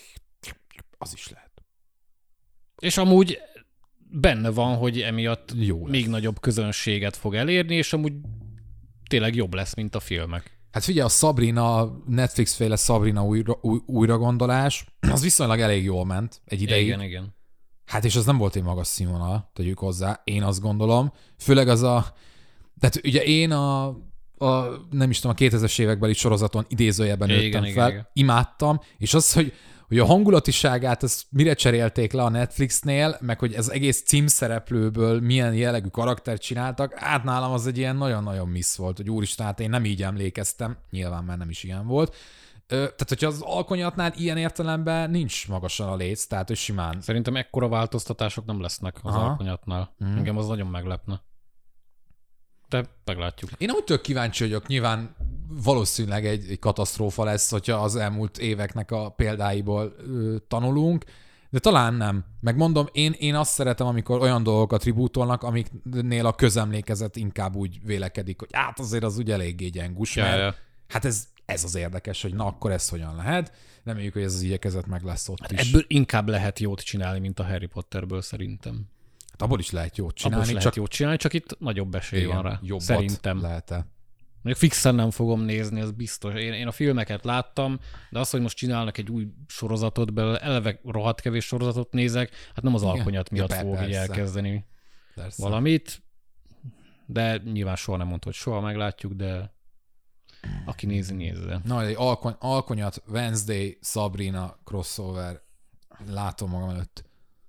az is lehet. És amúgy benne van, hogy emiatt Jó lesz. még nagyobb közönséget fog elérni, és amúgy tényleg jobb lesz, mint a filmek. Hát figyelj, a Sabrina, Netflix-féle Sabrina újra, új, újragondolás, az viszonylag elég jól ment egy ideig. Igen, igen. Hát és az nem volt egy magas színvonal, tegyük hozzá, én azt gondolom. Főleg az a... Tehát ugye én a, a nem is tudom, a kétezres évekbeli sorozaton idézőjelben Igen, nőttem igen, fel, igen. imádtam, és az, hogy, hogy a hangulatiságát azt mire cserélték le a Netflixnél, meg hogy ez egész címszereplőből milyen jellegű karaktert csináltak, hát nálam az egy ilyen nagyon-nagyon miss volt, hogy úristen, hát én nem így emlékeztem, nyilván már nem is ilyen volt. Ö, tehát, hogyha az Alkonyatnál ilyen értelemben nincs magasan a léc, tehát, hogy simán. Szerintem ekkora változtatások nem lesznek az Aha. Alkonyatnál. Mhm. Engem az nagyon meglepne. De meglátjuk. Én úgy tök kíváncsi vagyok, nyilván valószínűleg egy, egy katasztrófa lesz, hogyha az elmúlt éveknek a példáiból ö, tanulunk, de talán nem. Megmondom, én, én azt szeretem, amikor olyan dolgokat rebootolnak, amiknél a közemlékezet inkább úgy vélekedik, hogy hát azért az úgy eléggé gyengus, Ja, mert ja. hát ez, ez az érdekes, hogy na akkor ez hogyan lehet. Reméljük, hogy ez az igyekezet meg lesz ott is. Ebből inkább lehet jót csinálni, mint a Harry Potterből szerintem. Hát abból is lehet jót Abból csinálni, is lehet csak jót csinálni, csak itt nagyobb esély igen, van rá. jobbat Szerintem. lehet-e. Mondjuk fixen nem fogom nézni, ez biztos. Én, én a filmeket láttam, de az, hogy most csinálnak egy új sorozatot belőle, eleve rohadt kevés sorozatot nézek, hát nem az Igen. Alkonyat Ja, miatt per- fogok így persze. elkezdeni Persze. valamit, de nyilván soha nem mondta, hogy soha meglátjuk, de aki nézi, nézze. Na, egy alkony, Alkonyat, Wednesday, Sabrina crossover. Látom magam előtt.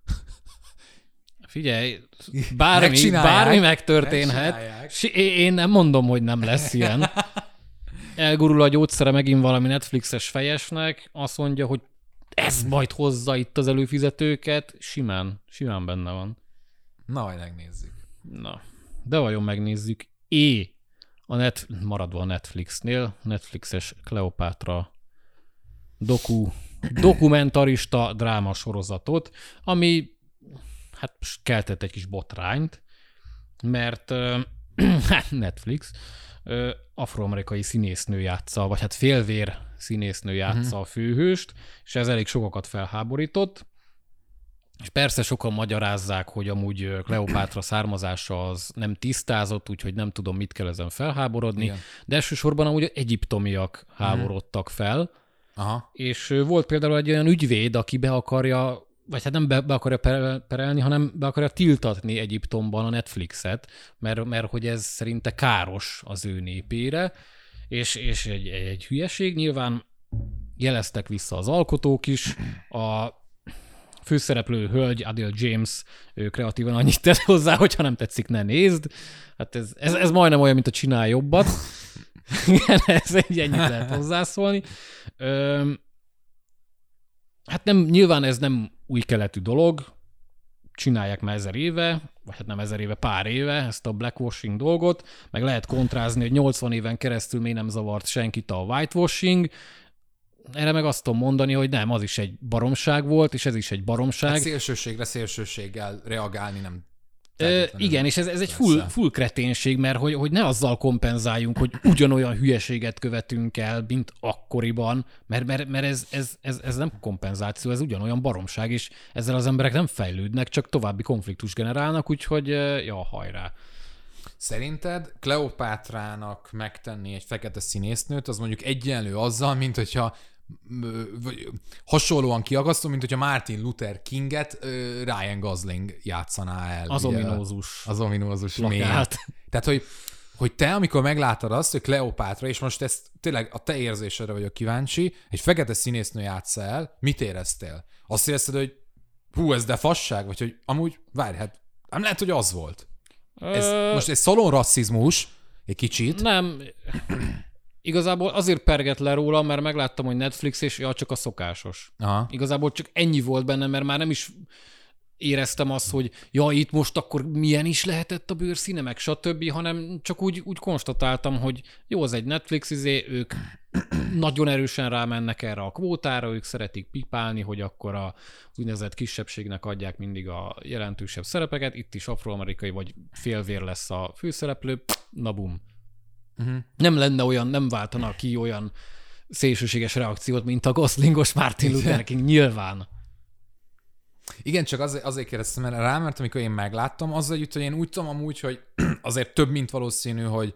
Figyelj, bármi, Megcsinálják. bármi megtörténhet. Megcsinálják. Si- Én nem mondom, hogy nem lesz ilyen. Elgurul a gyógyszere megint valami Netflixes fejesnek, azt mondja, hogy ez majd hozza itt az előfizetőket. Simán, simán benne van. Na, majd megnézzük. Na, de vajon megnézzük. É, a net, maradva a Netflixnél, Netflixes Kleopátra doku dokumentarista drámasorozatot, ami hát keltett egy kis botrányt, mert hát Netflix afroamerikai színésznő játsza, vagy hát félvér színésznő játsza uh-huh. a főhőst, és ez elég sokakat felháborított. És persze sokan magyarázzák, hogy amúgy Kleopátra származása az nem tisztázott, úgyhogy nem tudom, mit kell ezen felháborodni, igen. De elsősorban amúgy egyiptomiak háborodtak fel, aha. És volt például egy olyan ügyvéd, aki be akarja, vagy hát nem be, be akarja perelni, hanem be akarja tiltatni Egyiptomban a Netflixet, mert, mert hogy ez szerinte káros az ő népére, és, és egy, egy hülyeség. Nyilván jeleztek vissza az alkotók is, a főszereplő hölgy, Adele James, ő kreatívan annyit tett hozzá, hogyha nem tetszik, ne nézd. Hát ez, ez, ez majdnem olyan, mint a csinálj jobbat. Igen, ez egy ennyit lehet hozzászólni. Öm, hát nem, nyilván ez nem új keletű dolog, csinálják már ezer éve, vagy hát nem ezer éve, pár éve ezt a blackwashing dolgot, meg lehet kontrázni, hogy nyolcvan éven keresztül még nem zavart senkit a whitewashing. Erre meg azt tudom mondani, hogy nem, az is egy baromság volt, és ez is egy baromság. Hát szélsőségre szélsőséggel reagálni nem. Ö, igen, és ez, ez egy full, full kreténség, mert hogy, hogy ne azzal kompenzáljunk, hogy ugyanolyan hülyeséget követünk el, mint akkoriban, mert, mert, mert ez, ez, ez, ez nem kompenzáció, ez ugyanolyan baromság, és ezzel az emberek nem fejlődnek, csak további konfliktus generálnak, úgyhogy ja, hajrá. Szerinted Kleopátrának megtenni egy fekete színésznőt, az mondjuk egyenlő azzal, mint hogyha vagy hasonlóan kiagasztó, mint hogyha Martin Luther Kinget Ryan Gosling játszaná el. Az ugye, ominózus. Az ominózus mélyet. Tehát, hogy, hogy te, amikor meglátod azt, hogy Kleopátra, és most ezt tényleg a te érzésedre vagyok kíváncsi, egy fekete színésznő játsza el, mit éreztél? Azt érezted, hogy hú, ez de fasság? Vagy hogy amúgy, várj, hát nem lehet, hogy az volt. Ez, Ö... Most egy szalon rasszizmus, egy kicsit. Nem... Igazából azért perget le róla, mert megláttam, hogy Netflix, és ja, csak a szokásos. Aha. Igazából csak ennyi volt benne, mert már nem is éreztem azt, hogy ja, itt most akkor milyen is lehetett a bőrszíne, meg stb., hanem csak úgy, úgy konstatáltam, hogy jó, az egy Netflix izé, ők nagyon erősen rámennek erre a kvótára, ők szeretik pipálni, hogy akkor az úgynevezett kisebbségnek adják mindig a jelentősebb szerepeket, itt is afroamerikai vagy félvér lesz a főszereplő, na bum. Uh-huh. Nem lenne olyan, nem váltana ki olyan szélsőséges reakciót, mint a Goslingos Martin Luther King, nyilván. Igen, csak azért, azért kérdeztem erre rá, mert amikor én megláttam, azzal együtt, hogy én úgy tudom amúgy, hogy azért több, mint valószínű, hogy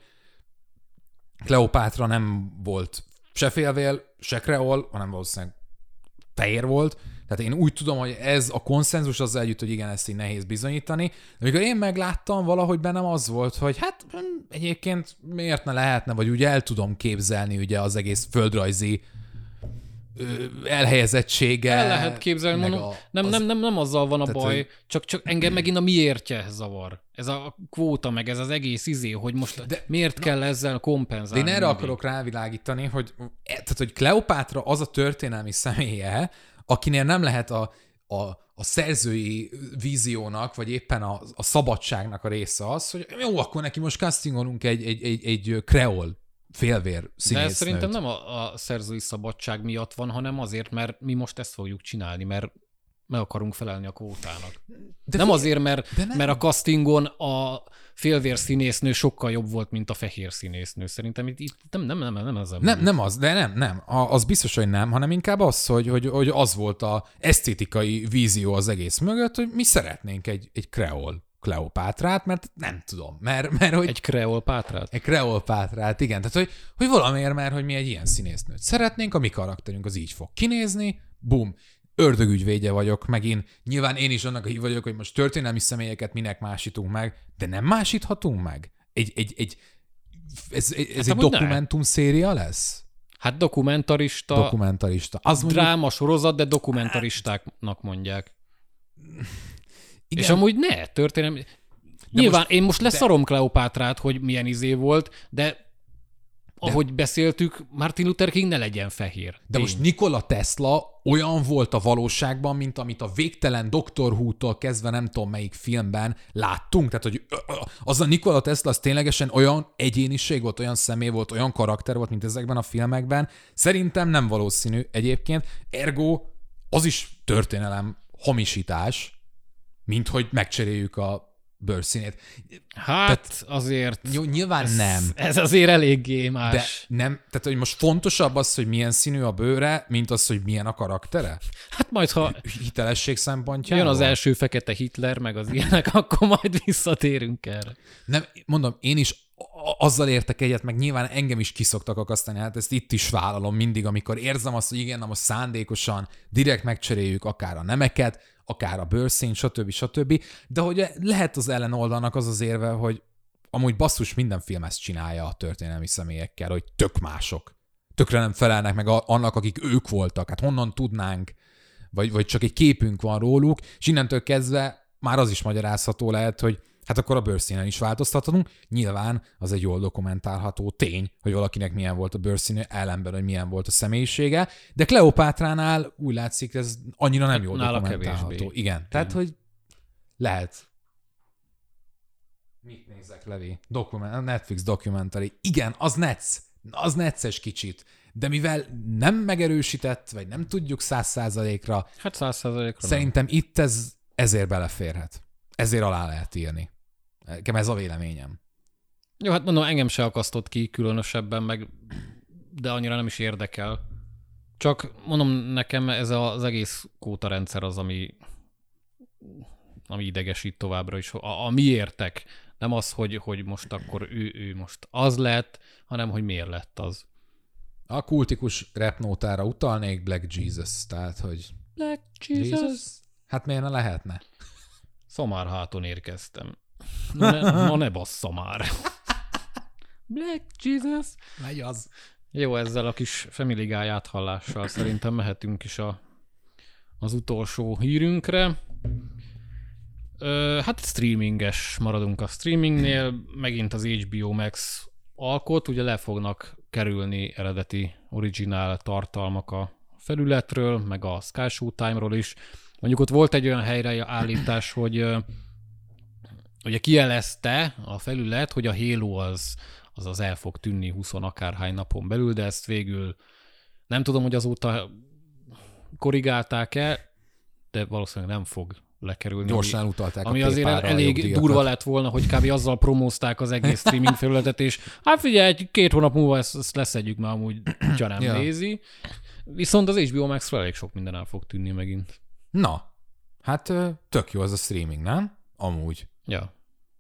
Kleopátra nem volt se félvél, se kreol, hanem valószínűleg fehér volt. Tehát én úgy tudom, hogy ez a konszenzus azzal együtt, hogy igen, ezt így nehéz bizonyítani. De amikor én megláttam, valahogy bennem az volt, hogy hát egyébként miért ne lehetne, vagy úgy el tudom képzelni ugye az egész földrajzi elhelyezettsége. El lehet képzelni, mondom, a, nem, az, nem, nem, nem azzal van a tehát, baj, hogy... csak, csak engem megint a miértje zavar. Ez a kvóta, meg ez az egész izé, hogy most de, miért na, kell ezzel kompenzálni. De én erre mindig akarok rávilágítani, hogy, tehát, hogy Kleopátra az a történelmi személye, akinél nem lehet a, a, a szerzői víziónak, vagy éppen a, a szabadságnak a része az, hogy jó, akkor neki most castingolunk egy, egy, egy, egy kreol félvér színésznőt. De szerintem nem a, a szerzői szabadság miatt van, hanem azért, mert mi most ezt fogjuk csinálni, mert meg akarunk felelni a kvótának. De nem fél... azért, mert, nem. mert a castingon a félvér színésznő sokkal jobb volt, mint a fehér színésznő. Szerintem itt, itt nem, nem, nem, nem, az nem, nem az, de nem, nem. Az biztos, hogy nem, hanem inkább az, hogy, hogy, hogy az volt a esztétikai vízió az egész mögött, hogy mi szeretnénk egy, egy kreol Kleopátrát, mert nem tudom, mert, mert hogy... Egy kreolpátrát? Egy kreolpátrát, igen. Tehát, hogy, hogy valamiért, mert hogy mi egy ilyen színésznőt szeretnénk, a mi karakterünk az így fog kinézni, bum, ördögügyvédje vagyok, megint nyilván én is annak a hív vagyok, hogy most történelmi személyeket minek másítunk meg, de nem másíthatunk meg? Egy, egy, egy, ez ez hát egy dokumentum széria lesz? Hát dokumentarista. Dokumentarista. Az dráma sorozat, de dokumentaristáknak mondják. Igen. És amúgy ne, történelmi... De nyilván most, én most leszarom de... Kleopátrát, hogy milyen izé volt, de ahogy beszéltük, Martin Luther King ne legyen fehér. De Tény. most Nikola Tesla olyan volt a valóságban, mint amit a végtelen doktor Who-tól kezdve nem tudom melyik filmben láttunk. Tehát, hogy az a Nikola Tesla az ténylegesen olyan egyéniség volt, olyan személy volt, olyan karakter volt, mint ezekben a filmekben. Szerintem nem valószínű egyébként. Ergo az is történelem hamisítás, mint hogy megcseréljük a bőrszínét. Hát tehát, azért... Jó, nyilván ez, nem. Ez azért eléggé más. De nem, tehát hogy most fontosabb az, hogy milyen színű a bőre, mint az, hogy milyen a karaktere? Hát majd, ha hitelesség szempontjából. jön az első fekete Hitler, meg az ilyenek, akkor majd visszatérünk erre. Nem, mondom, én is azzal értek egyet, meg nyilván engem is kiszoktak akasztani, hát ezt itt is vállalom mindig, amikor érzem azt, hogy igen, na most szándékosan direkt megcseréljük akár a nemeket, akár a bőrszín, stb. stb. De hogy lehet az ellenoldalnak az az érve, hogy amúgy basszus minden film ezt csinálja a történelmi személyekkel, hogy tök mások. Tökre nem felelnek meg annak, akik ők voltak. Hát honnan tudnánk, vagy, vagy csak egy képünk van róluk, és innentől kezdve már az is magyarázható lehet, hogy hát akkor a bőrszínen is változtathatunk. Nyilván az egy jól dokumentálható tény, hogy valakinek milyen volt a bőrszíne, ellenben, hogy milyen volt a személyisége, de Kleopátránál úgy látszik, ez annyira nem jól nála dokumentálható. kevésbé. Igen, tehát, hogy lehet. Mit nézek, Levi? Dokument, Netflix dokumentari. Igen, az netsz. Az necces kicsit. De mivel nem megerősített, vagy nem tudjuk száz százalékra, hát száz százalékra szerintem nem. Itt ez ezért beleférhet. Ezért alá lehet írni. Nekem ez a véleményem. Jó, hát mondom, engem se akasztott ki különösebben, meg, de annyira nem is érdekel. Csak mondom, nekem ez az egész kótarendszer az, ami, ami idegesít továbbra is. A, a miértek. Nem az, hogy, hogy most akkor ő, ő most az lett, hanem hogy miért lett az. A kultikus repnótára utalnék, Black Jesus. Tehát, hogy... Black Jesus? Jesus? Hát miért ne lehetne? Szamár háton érkeztem. Na ne, na ne bassza már. Black Jesus. Megy az. Jó, ezzel a kis Family Guy áthallással szerintem mehetünk is a, az utolsó hírünkre. Ö, hát streaminges maradunk a streamingnél. Megint az há bé o Max alkot, ugye le fognak kerülni eredeti originál tartalmak a felületről, meg a Sky Showtime-ról is. Mondjuk ott volt egy olyan helyreállítás, hogy uh, ugye kijelezte a felület, hogy a Halo az, az az el fog tűnni húsz akárhány napon belül, de ezt végül nem tudom, hogy azóta korrigálták-e, de valószínűleg nem fog lekerülni. Gyorsan ami, utalták ami a azért elég durva lett volna, hogy kb. Azzal promózták az egész streaming felületet, és hát figyelj, két hónap múlva ezt, ezt leszedjük, mert amúgy csak nem ja. nézi. Viszont az há bé o Max-ről elég sok minden el fog tűnni megint. Na, hát tök jó az a streaming, nem? Amúgy. Ja.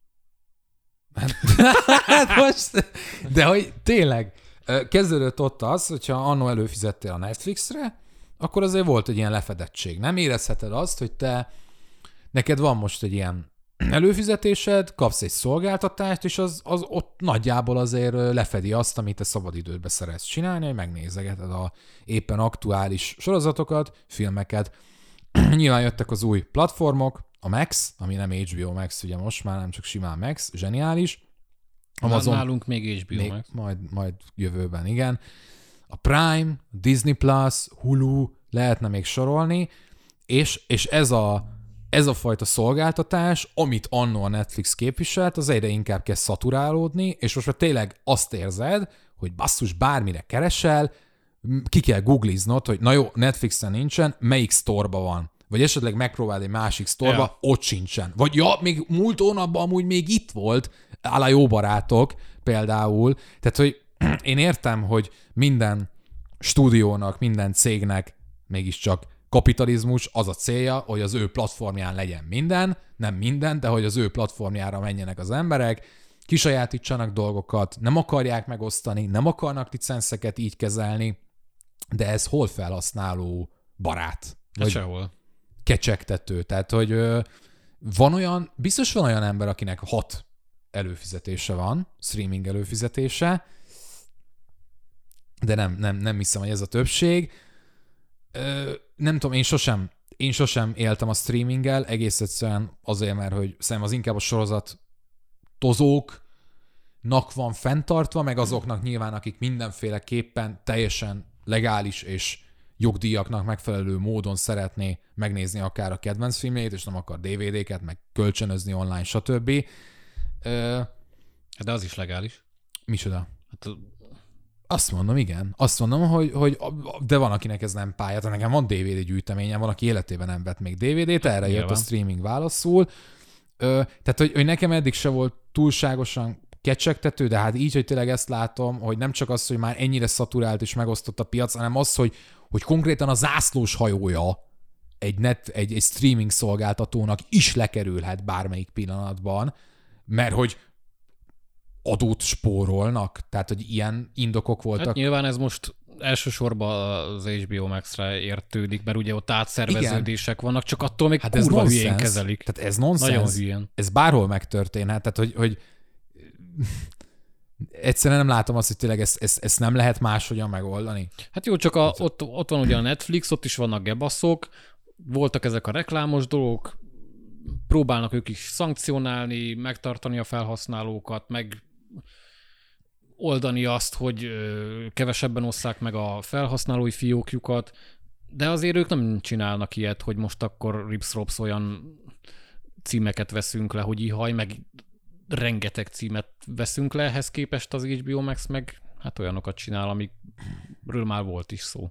Hát most, de hogy tényleg, kezdődött ott az, hogyha annó előfizettél a Netflixre, akkor azért volt egy ilyen lefedettség. Nem érezheted azt, hogy te, neked van most egy ilyen előfizetésed, kapsz egy szolgáltatást, és az, az ott nagyjából azért lefedi azt, amit te szabadidődbe szeretsz csinálni, hogy megnézegeted a éppen aktuális sorozatokat, filmeket. Nyilván jöttek az új platformok, a Max, ami nem há bé o Max, ugye most már nem csak simán Max, zseniális. Amazon, nálunk még há bé o még, Max. Majd, majd jövőben, igen. A Prime, Disney Plus, Hulu, lehetne még sorolni, és, és ez, a, ez a fajta szolgáltatás, amit annó a Netflix képviselt, az egyre inkább kezd szaturálódni, és most már tényleg azt érzed, hogy basszus, bármire keresel, ki kell googliznod, hogy na jó, Netflixen nincsen, melyik sztorba van. Vagy esetleg megpróbáld egy másik sztorba, ja. ott sincsen. Vagy ja, még múlt hónapban amúgy még itt volt, áll a Jó barátok például. Tehát, hogy én értem, hogy minden stúdiónak, minden cégnek mégiscsak kapitalizmus, az a célja, hogy az ő platformján legyen minden, nem minden, de hogy az ő platformjára menjenek az emberek, kisajátítsanak dolgokat, nem akarják megosztani, nem akarnak licenszeket így kezelni, de ez hol felhasználó barát? Vagy sehol. Kecsegtető. Tehát, hogy ö, van olyan, biztos van olyan ember, akinek hat előfizetése van, streaming előfizetése, de nem, nem, nem hiszem, hogy ez a többség. Ö, nem tudom, én sosem, én sosem éltem a streaminggel, egész egyszerűen azért, mert hogy szerintem az inkább a sorozat tozók, nak van fenntartva, meg azoknak nyilván, akik mindenféleképpen teljesen legális és jogdíjaknak megfelelő módon szeretné megnézni akár a kedvenc filmjét, és nem akar dé vé dé-ket, meg kölcsönözni online, stb. Ö... De az is legális. Micsoda? Hát, azt mondom, igen. Azt mondom, hogy, hogy de van, akinek ez nem pályát. Nekem van dé vé dé gyűjteményem, van, aki életében nem vett még dé vé dé-t, erre jött a streaming válaszul. Ö, tehát, hogy, hogy nekem eddig se volt túlságosan kecsegtető, de hát így, hogy tényleg ezt látom, hogy nem csak az, hogy már ennyire szaturált és megosztott a piac, hanem az, hogy, hogy konkrétan a zászlós hajója egy, net, egy, egy streaming szolgáltatónak is lekerülhet bármelyik pillanatban, mert hogy adót spórolnak, tehát hogy ilyen indokok voltak. Hát nyilván ez most elsősorban az há bé o Max-re értődik, mert ugye ott átszerveződések igen. vannak, csak attól még hát kurva hülyén kezelik. Tehát ez nonsens. Nagyon hülyén. Ez bárhol megtörténhet, tehát hogy, hogy egyszerűen nem látom azt, hogy tényleg ezt, ezt, ezt nem lehet máshogyan megoldani. Hát jó, csak a, ott, ott van ugye a Netflix, ott is vannak gebaszok, voltak ezek a reklámos dolgok, próbálnak ők is szankcionálni, megtartani a felhasználókat, meg oldani azt, hogy kevesebben osszák meg a felhasználói fiókjukat, de azért ők nem csinálnak ilyet, hogy most akkor rips-rops olyan címeket veszünk le, hogy ihaj, meg rengeteg címet veszünk le, ehhez képest az há bé o Max meg hát olyanokat csinál, amikről már volt is szó.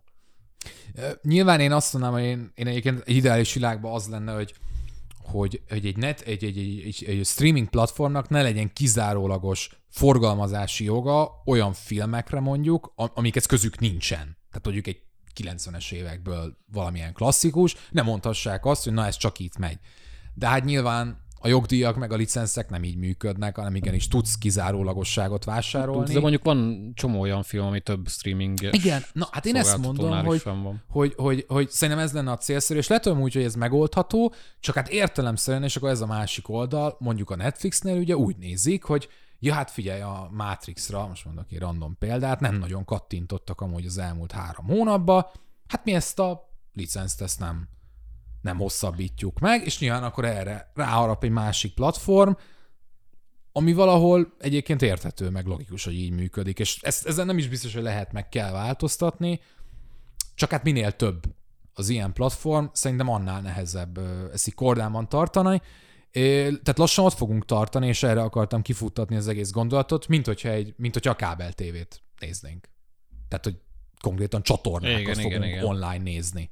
Nyilván én azt mondanám, hogy én, én egyébként egy ideális világban az lenne, hogy hogy, hogy egy, net, egy, egy, egy, egy, egy streaming platformnak ne legyen kizárólagos forgalmazási joga olyan filmekre mondjuk, amiket közük nincsen. Tehát mondjuk egy kilencvenes évekből valamilyen klasszikus, ne mondhassák azt, hogy na ez csak itt megy. De hát nyilván a jogdíjak meg a licenszek nem így működnek, hanem igenis tudsz kizárólagosságot vásárolni. De mondjuk van csomó olyan film, ami több streaming. Igen, na hát én ezt mondom, hogy, hogy, hogy, hogy szerintem ez lenne a célszerű, és lehet úgy, hogy ez megoldható, csak hát értelemszerűen, és akkor ez a másik oldal, mondjuk a Netflixnél ugye úgy nézik, hogy ja hát figyelj, a Matrixra, most mondok egy random példát, nem nagyon kattintottak amúgy az elmúlt három hónapban, hát mi ezt a licenszt ezt nem nem hosszabbítjuk meg, és nyilván akkor erre ráharap egy másik platform, ami valahol egyébként érthető, meg logikus, hogy így működik, és ezt, ezen nem is biztos, hogy lehet, meg kell változtatni, csak hát minél több az ilyen platform, szerintem annál nehezebb ezt így kordában tartani, tehát lassan ott fogunk tartani, és erre akartam kifuttatni az egész gondolatot, mint hogyha, egy, mint hogyha a kábel tévét néznénk. Tehát, hogy konkrétan csatornákat igen, fogunk igen, igen. online nézni.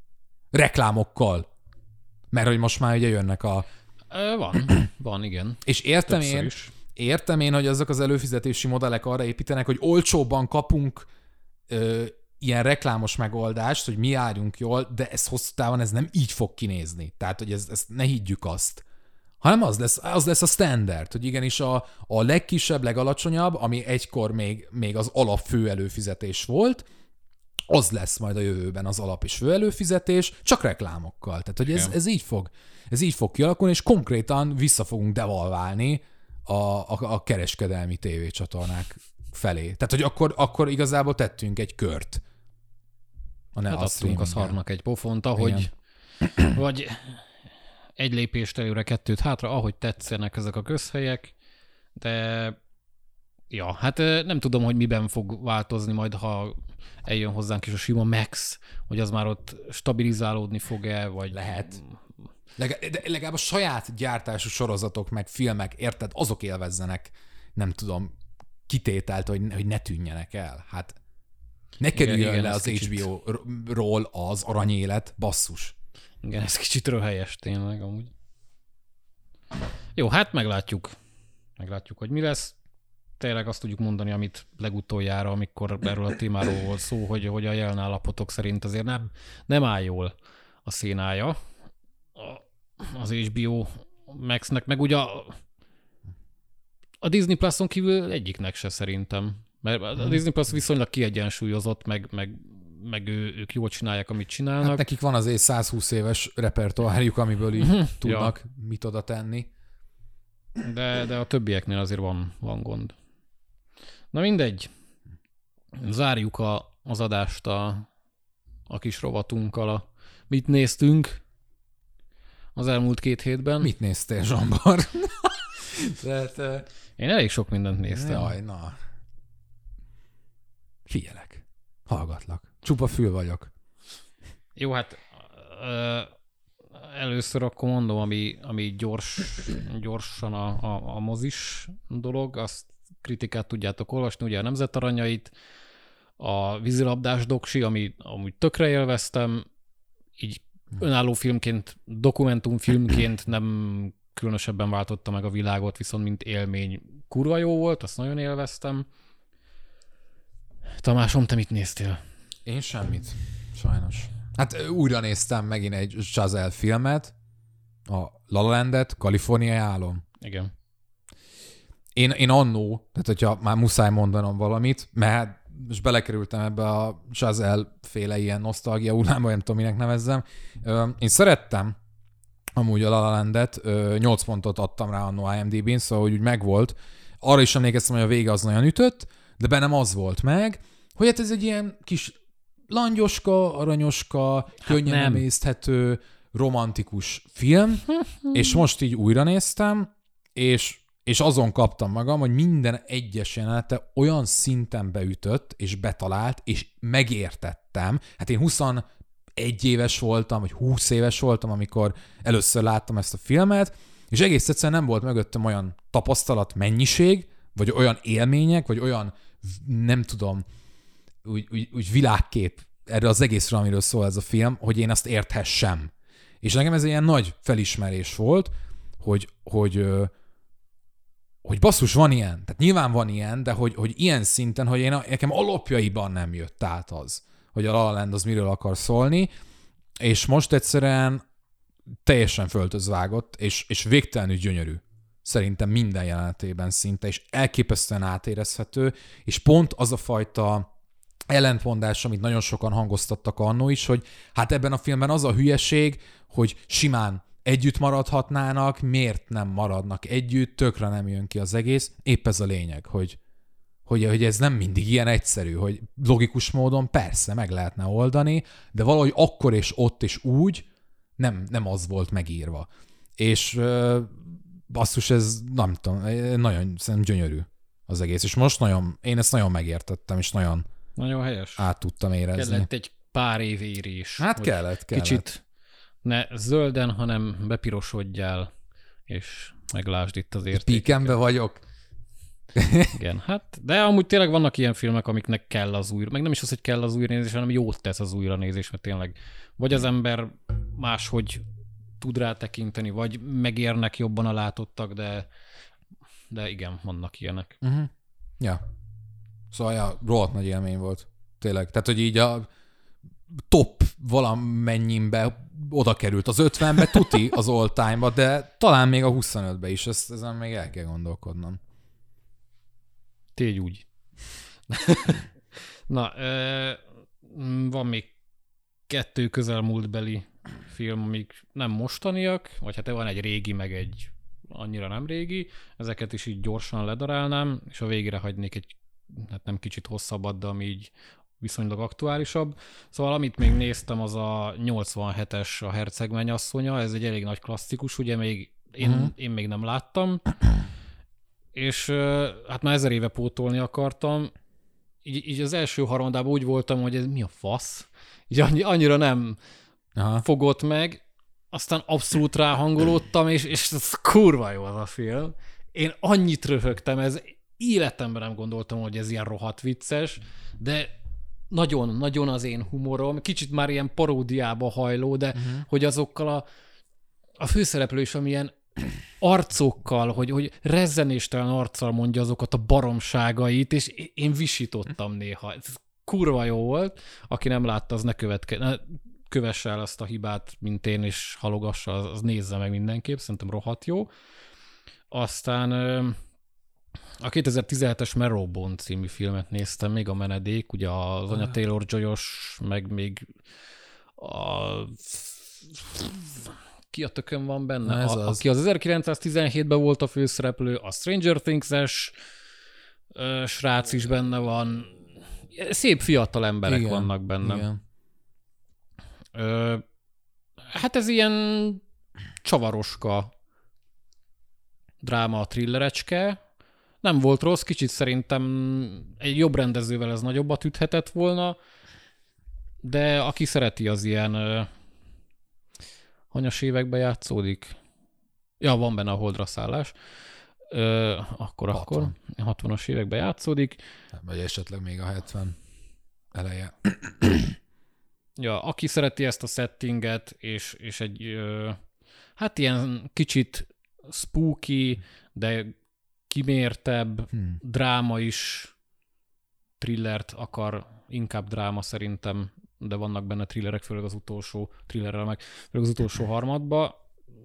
Reklámokkal. Mert hogy most már ugye jönnek a... Van, van, igen. És értem én, értem én, hogy azok az előfizetési modellek arra építenek, hogy olcsóbban kapunk ö, ilyen reklámos megoldást, hogy mi járjunk jól, de ez hosszú távon ez nem így fog kinézni. Tehát, hogy ez, ezt ne higgyük azt. Hanem az lesz, az lesz a standard, hogy igenis a, a legkisebb, legalacsonyabb, ami egykor még, még az alap fő előfizetés volt, az lesz majd a jövőben az alap és fő előfizetés, csak reklámokkal. Tehát, hogy ez, ez, így fog, ez így fog kialakulni, és konkrétan vissza fogunk devalválni a, a, a kereskedelmi tévécsatornák felé. Tehát, hogy akkor, akkor igazából tettünk egy kört. A hát adtunk a szarnak egy pofont, ahogy vagy egy lépést előre, kettőt hátra, ahogy tetszenek ezek a közhelyek, de ja, hát nem tudom, hogy miben fog változni majd, ha eljön hozzánk is a sima Max, hogy az már ott stabilizálódni fog-e, vagy... Lehet. Leg- de legalább a saját gyártású sorozatok, meg filmek, érted, azok élvezzenek, nem tudom, kitételt, hogy, hogy ne tűnjenek el. Hát ne kerüljön igen, le az kicsit... há bé ó-ról az aranyélet, basszus. Igen, ez kicsit röhelyes tényleg amúgy. Jó, hát meglátjuk. Meglátjuk, hogy mi lesz. Tényleg azt tudjuk mondani, amit legutoljára, amikor erről a témáról volt szó, hogy, hogy a jelen állapotok szerint azért nem, nem áll jól a szénája az há bé o Maxnek, meg ugye a, a Disney Plus-on kívül egyiknek se szerintem. Mert a Disney Plus viszonylag kiegyensúlyozott, meg, meg, meg ő, ők jól csinálják, amit csinálnak. Hát nekik van azért százhúsz éves repertoárjuk, amiből így tudnak ja. mit oda tenni. De, de a többieknél azért van, van gond. Na mindegy. Zárjuk a, az adást a, a kis rovatunkkal. A, mit néztünk az elmúlt két hétben? Mit néztél, Zsambar? Tehát, uh... Én elég sok mindent néztem. Jaj, na. Figyelek. Hallgatlak. Csupa fül vagyok. Jó, hát ö, először akkor mondom, ami, ami gyors, gyorsan a, a, a mozis dolog, azt kritikát tudjátok olvasni, ugye a Nemzet Aranyait, a vízilabdás doksi, ami amúgy tökre élveztem, így önálló filmként, dokumentumfilmként nem különösebben váltotta meg a világot, viszont mint élmény kurva jó volt, azt nagyon élveztem. Tamásom, te mit néztél? Én semmit, sajnos. Hát újra néztem megint egy Chazelle filmet, a La La Landet, Kaliforniai álom. Igen. Én, én annó, tehát hogyha már muszáj mondanom valamit, mert most belekerültem ebbe a Chazelle féle ilyen nosztalgia hullámba, nem tudom, minek nevezzem. Én szerettem amúgy a La La Landet, nyolc pontot adtam rá annó IMDb-n, szóval úgy megvolt. Arra is emlékeztem, hogy a vége az nagyon ütött, de bennem az volt meg, hogy hát ez egy ilyen kis langyoska, aranyoska, hát könnyen emészthető, romantikus film, és most így újra néztem, és, és azon kaptam magam, hogy minden egyes jelenete olyan szinten beütött, és betalált, és megértettem. Hát én huszonegy éves voltam, vagy húsz éves voltam, amikor először láttam ezt a filmet, és egész egyszerűen nem volt mögöttem olyan tapasztalat mennyiség, vagy olyan élmények, vagy olyan, nem tudom, úgy, úgy, úgy világkép erre az egészre, amiről szól ez a film, hogy én azt érthessem. És nekem ez egy ilyen nagy felismerés volt, hogy, hogy, hogy basszus, van ilyen. Tehát nyilván van ilyen, de hogy, hogy ilyen szinten, hogy én nekem alapjaiban nem jött át az, hogy a La La Land az miről akar szólni, és most egyszerűen teljesen föltözvágott, és, és végtelenül gyönyörű. Szerintem minden jelenetében szinte, és elképesztően átérezhető, és pont az a fajta ellentmondás, amit nagyon sokan hangoztattak annó is, hogy hát ebben a filmben az a hülyeség, hogy simán együtt maradhatnának, miért nem maradnak együtt, tökre nem jön ki az egész. Épp ez a lényeg, hogy, hogy, hogy ez nem mindig ilyen egyszerű, hogy logikus módon persze meg lehetne oldani, de valahogy akkor és ott és úgy nem, nem az volt megírva. És basszus, ez nem tudom, nagyon szerintem gyönyörű az egész. És most nagyon, én ezt nagyon megértettem, és nagyon Nagyon helyes. át tudtam érezni. Kellett egy pár év érés. Hát kellett, kellett. Kicsit ne zölden, hanem bepirosodjál, és meglásd itt az értékeket. Píkembe vagyok. Igen, hát, de amúgy tényleg vannak ilyen filmek, amiknek kell az újra, meg nem is az, hogy kell az újranézés, hanem jót tesz az újranézés, mert tényleg vagy az ember máshogy tud rá tekinteni, vagy megérnek jobban a látottak, de, de igen, vannak ilyenek. Uh-huh. Ja. Szóval ja, rohadt nagy élmény volt. Tényleg. Tehát, hogy így a top valamennyibe oda került az ötvenbe, tuti az all time-ba, de talán még a huszonötbe is. Ezt, ezen még el kell gondolkodnom. Tégy úgy. Na, van még kettő közelmúltbeli film, amik nem mostaniak, vagy hát van egy régi, meg egy annyira nem régi. Ezeket is így gyorsan ledarálnám, és a végére hagynék egy, hát nem kicsit hosszabbat, de ami így viszonylag aktuálisabb. Szóval amit még néztem, az a nyolcvanhetes a Herceg mennyasszonya, ez egy elég nagy klasszikus, ugye még én, uh-huh. én még nem láttam, és hát már ezer éve pótolni akartam. Így, így az első harmadában úgy voltam, hogy ez mi a fasz? Így annyi, annyira nem Aha. fogott meg, aztán abszolút ráhangolódtam, és, és ez kurva jó az a film. Én annyit röhögtem, ez életemben nem gondoltam, hogy ez ilyen rohadt vicces, de nagyon-nagyon az én humorom, kicsit már ilyen paródiába hajló, de uh-huh. hogy azokkal a, a főszereplő is, amilyen arcokkal, hogy, hogy rezzenéstelen arccal mondja azokat a baromságait, és én visítottam néha. Ez kurva jó volt. Aki nem látta, az ne, követke, ne kövesse el azt a hibát, mint én, és halogassa, az, az nézze meg mindenképp. Szerintem rohadt jó. Aztán a kétezer-tizenhetes Marrowbone című filmet néztem, még a Menedék, ugye az Anya Taylor-Joyos, meg még a... Ki a tökön van benne? Ez a, az. Aki az ezerkilencszáztizenhétben volt a főszereplő, a Stranger Things-es ö, srác is benne van. Szép fiatal emberek igen, vannak benne. Igen. Ö, hát ez ilyen csavaroska dráma, thrillerecske. Nem volt rossz, kicsit szerintem egy jobb rendezővel ez nagyobbat üthetett volna, de aki szereti az ilyen uh, hanyas években játszódik. Ja, van benne a Holdra szállás. Uh, akkor, akkor hatvanas években játszódik. Vagy esetleg még a hetven eleje. Ja, aki szereti ezt a settinget, és, és egy uh, hát ilyen kicsit spooky, de kimértebb, hmm. dráma is, thrillert akar, inkább dráma szerintem, de vannak benne thrillerek, főleg az utolsó thrillerrel meg, főleg az utolsó harmadba.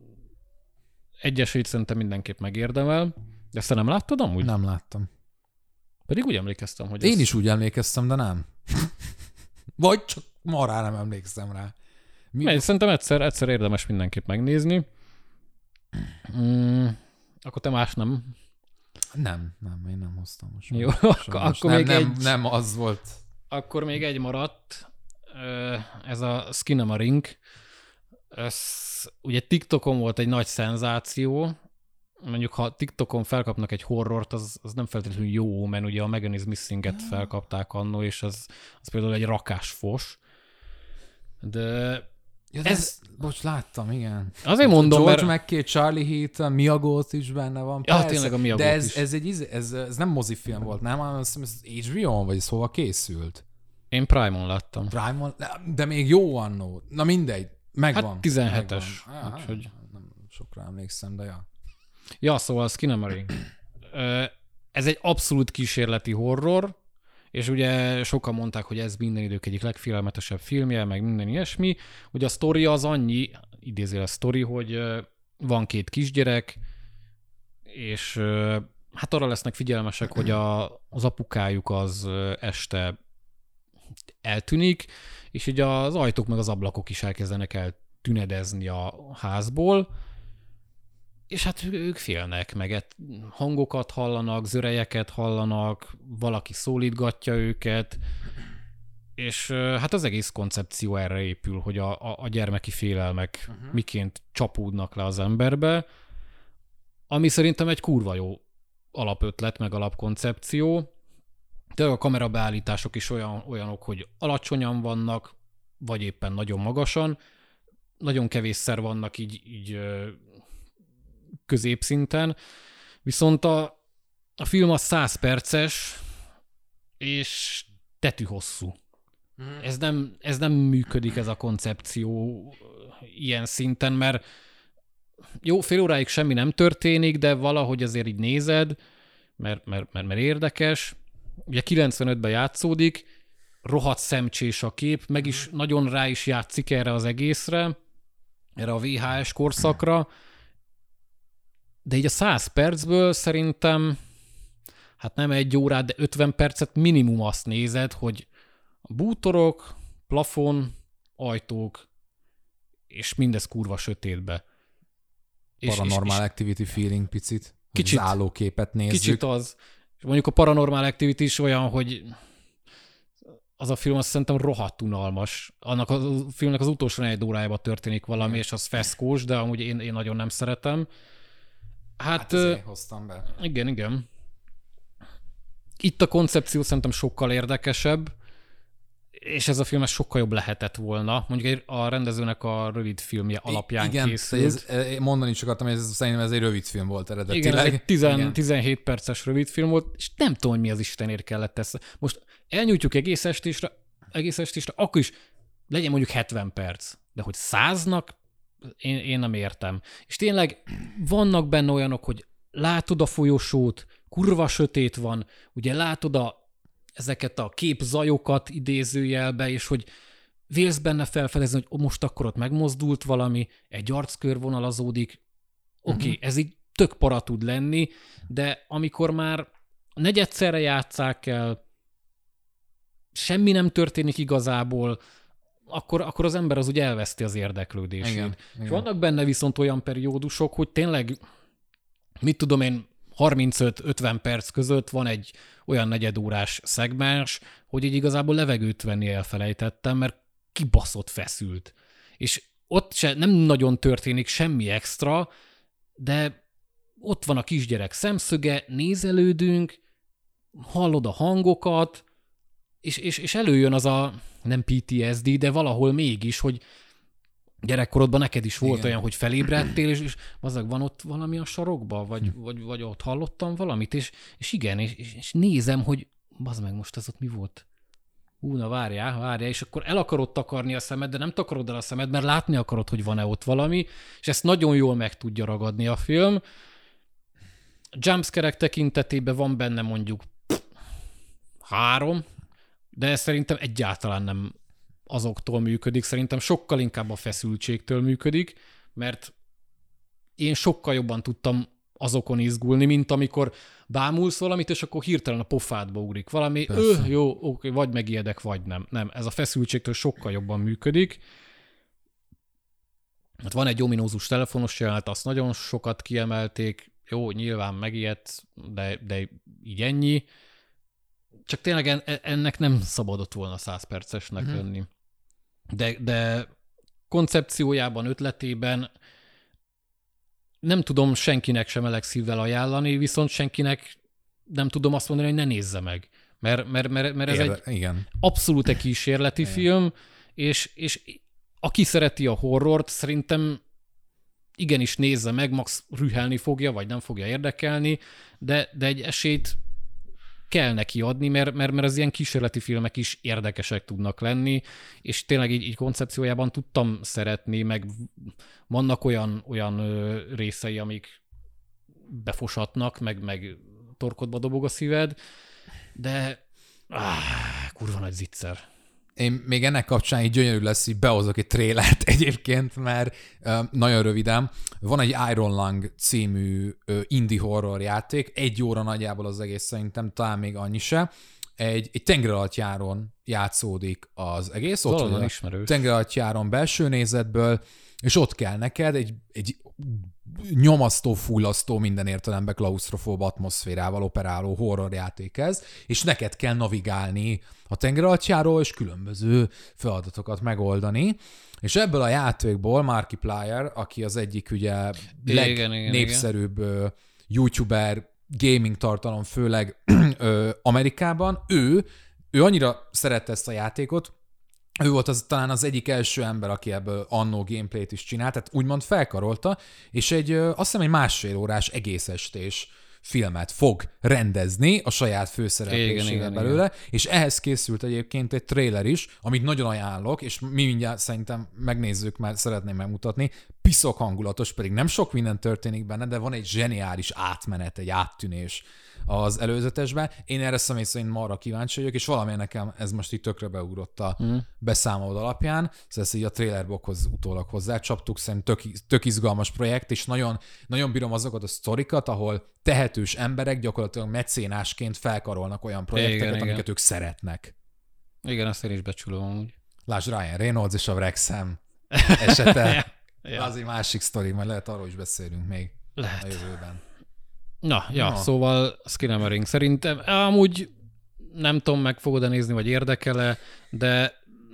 Egy esélyt szerintem mindenképp megérdemel. De ezt te nem láttad amúgy? Nem láttam. Pedig úgy emlékeztem, hogy Én ez... is úgy emlékeztem, de nem. Vagy csak marán nem emlékszem rá. Mi... Mert szerintem egyszer, egyszer érdemes mindenképp megnézni. Mm, akkor te más nem... Nem, nem, én nem hoztam most. Jó, akkor, akkor nem, még nem, egy... Nem, az volt. Akkor még egy maradt. Ez a Skinamarink. Ez ugye TikTokon volt egy nagy szenzáció. Mondjuk, ha TikTokon felkapnak egy horrort, az, az nem feltétlenül jó, mert ugye a Megan is Missing-et felkapták annó, és az, az például egy rakásfos. De... Ja, ez... ez... Bocs, láttam, igen. Azért mondom, George mert... McKay, Charlie Heaton, Mia Goth is benne van. Ja, persze, tényleg a Mia Goth de ez, is. ez, egy, ez, ez nem mozifilm volt, nem? Azt hiszem, ez há bé ó-n, vagy ez hova készült? Én Prime-on láttam. Prime-on? De még jó annó. Na mindegy, megvan. Hát tizenhetes. Megvan. Ah, úgyhogy... Nem sokra emlékszem, de ja. Ja, szóval Skinamarink. Ez egy abszolút kísérleti horror, és ugye sokan mondták, hogy ez minden idők egyik legfélelmetesebb filmje, meg minden ilyesmi. Ugye a sztori az annyi, idézél a sztori, hogy van két kisgyerek, és hát arra lesznek figyelmesek, hogy a, az apukájuk az este eltűnik, és ugye az ajtók meg az ablakok is elkezdenek eltünedezni a házból, és hát ők félnek, meg hangokat hallanak, zörejeket hallanak, valaki szólítgatja őket, és hát az egész koncepció erre épül, hogy a, a, a gyermeki félelmek uh-huh. miként csapódnak le az emberbe, ami szerintem egy kurva jó alapötlet, meg alapkoncepció. De a kamerabeállítások is olyan, olyanok, hogy alacsonyan vannak, vagy éppen nagyon magasan, nagyon kevésszer vannak így, így középszinten, viszont a, a film az száz perces, és tetű hosszú. Mm. Ez nem, ez nem működik, ez a koncepció ilyen szinten, mert jó, fél óráig semmi nem történik, de valahogy azért így nézed, mert, mert, mert, mert érdekes. Ugye kilencvenötben játszódik, rohadt szemcsés a kép, meg is nagyon rá is játszik erre az egészre, erre a vé há es korszakra, de így a száz percből szerintem, hát nem egy órát, de ötven percet minimum azt nézed, hogy a bútorok, plafon, ajtók, és mindez kurva sötétbe. Paranormal és, és Activity feeling picit, kicsit, az állóképet nézzük. Kicsit az. És mondjuk a Paranormal Activity is olyan, hogy az a film azt szerintem rohadt unalmas. Annak a filmnek az utolsó négy órájában történik valami, mm. és az feszkós, de amúgy én, én nagyon nem szeretem. Hát, hát ezért hoztam be. Igen, igen. Itt a koncepció szerintem sokkal érdekesebb, és ez a film sokkal jobb lehetett volna. Mondjuk a rendezőnek a rövid filmje alapján igen, készült. Igen, mondani is akartam, hogy ez, szerintem ez egy rövid film volt eredetileg. Igen, ez egy tíz, tizenhét perces rövid film volt, és nem tudom, hogy mi az Istenért kellett ezt. Most elnyújtjuk egész estésre, egész estésre, akkor is legyen mondjuk hetven perc, de hogy száznak, én, én nem értem. És tényleg vannak benne olyanok, hogy látod a folyosót, kurva sötét van, ugye látod a ezeket a képzajokat idézőjelbe, és hogy vélsz benne felfedezni, hogy most akkor ott megmozdult valami, egy arckör vonalazódik. Oké, okay, uh-huh. ez így tök para tud lenni, de amikor már negyedszerre játsszák el, semmi nem történik igazából, akkor, akkor az ember az úgy elveszti az érdeklődését. Igen, és igen. Vannak benne viszont olyan periódusok, hogy tényleg, mit tudom én, harmincöt-ötven perc között van egy olyan negyedórás szegmens, hogy így igazából levegőt venni elfelejtettem, mert kibaszott feszült. És ott se nem nagyon történik semmi extra, de ott van a kisgyerek szemszöge, nézelődünk, hallod a hangokat, és, és, és előjön az a, nem pé té es dé, de valahol mégis, hogy gyerekkorodban neked is volt igen. olyan, hogy felébredtél, és, és azok van ott valami a sarokban, vagy, hm. vagy, vagy ott hallottam valamit, és, és igen, és, és nézem, hogy bazd meg, most ez ott mi volt? Hú, na várjál, várjál, és akkor el akarod takarni a szemed, de nem takarod el a szemed, mert látni akarod, hogy van-e ott valami, és ezt nagyon jól meg tudja ragadni a film. Jumpscare-ek tekintetében van benne mondjuk pff, három, de ez szerintem egyáltalán nem azoktól működik, szerintem sokkal inkább a feszültségtől működik, mert én sokkal jobban tudtam azokon izgulni, mint amikor bámulsz valamit, és akkor hirtelen a pofádba ugrik valami, öh, jó, oké, vagy megijedek, vagy nem. Nem, ez a feszültségtől sokkal jobban működik. Hát van egy ominózus telefonos jelenet, azt nagyon sokat kiemelték, jó, nyilván megijedt, de, de így ennyi. Csak tényleg ennek nem szabadott volna száz percesnek uh-huh. lenni. De, de koncepciójában, ötletében nem tudom senkinek sem meleg szívvel ajánlani, viszont senkinek nem tudom azt mondani, hogy ne nézze meg. Mert, mert, mert, mert ez Érde, egy igen. abszolút egy kísérleti igen. film, és, és aki szereti a horrort, szerintem igenis nézze meg, max rühelni fogja, vagy nem fogja érdekelni, de, de egy esélyt kell neki adni, mert, mert, mert az ilyen kísérleti filmek is érdekesek tudnak lenni, és tényleg így, így koncepciójában tudtam szeretni, meg vannak olyan, olyan részei, amik befosatnak, meg, meg torkodba dobog a szíved, de áh, kurva nagy zicser. Én még ennek kapcsán így gyönyörű lesz, hogy behozok egy trélert egyébként, mert uh, nagyon röviden. Van egy Iron Lung című uh, indie horror játék, egy óra nagyjából az egész szerintem, talán még annyi se. Egy, egy tengeralattjáron játszódik az egész. Ott van ismerős. Tengeralattjáron belső nézetből, és ott kell neked egy, egy nyomasztó, fullasztó, minden értelemben klausztrofób atmoszférával operáló horrorjáték ez, és neked kell navigálni a tengeralattjáról, és különböző feladatokat megoldani. És ebből a játékból Markiplier, aki az egyik ugye legnépszerűbb igen. youtuber, gaming tartalom, főleg Amerikában, ő, ő annyira szerette ezt a játékot, ő volt az, talán az egyik első ember, aki ebből annó gameplayt is csinált, tehát úgymond felkarolta, és egy, azt hiszem, egy másfél órás egész estés filmet fog rendezni a saját főszereplésével belőle, igen. és ehhez készült egyébként egy trailer is, amit nagyon ajánlok, és mi mindjárt szerintem megnézzük, mert szeretném megmutatni, piszok hangulatos, pedig nem sok minden történik benne, de van egy zseniális átmenet, egy áttűnés az előzetesben. Én erre személy szerint marra kíváncsi vagyok, és valami nekem ez most így tökre beugrott a mm. beszámolód alapján, szóval ezt így a trailerbokhoz utólag hozzácsaptuk, szerintem tök, tök izgalmas projekt, és nagyon, nagyon bírom azokat a sztorikat, ahol tehetős emberek gyakorlatilag mecénásként felkarolnak olyan projekteket, igen, amiket igen. ők szeretnek. Igen, azt én is becsülöm amúgy. Lásd, Ryan Reynolds és a Wrexham esete. ja. Az egy másik sztori, majd lehet arról is beszélünk még lehet. a jövőben. Na, ja, Na. szóval Skinamarink szerintem amúgy nem tudom, meg fogod-e nézni, vagy érdekel-e, de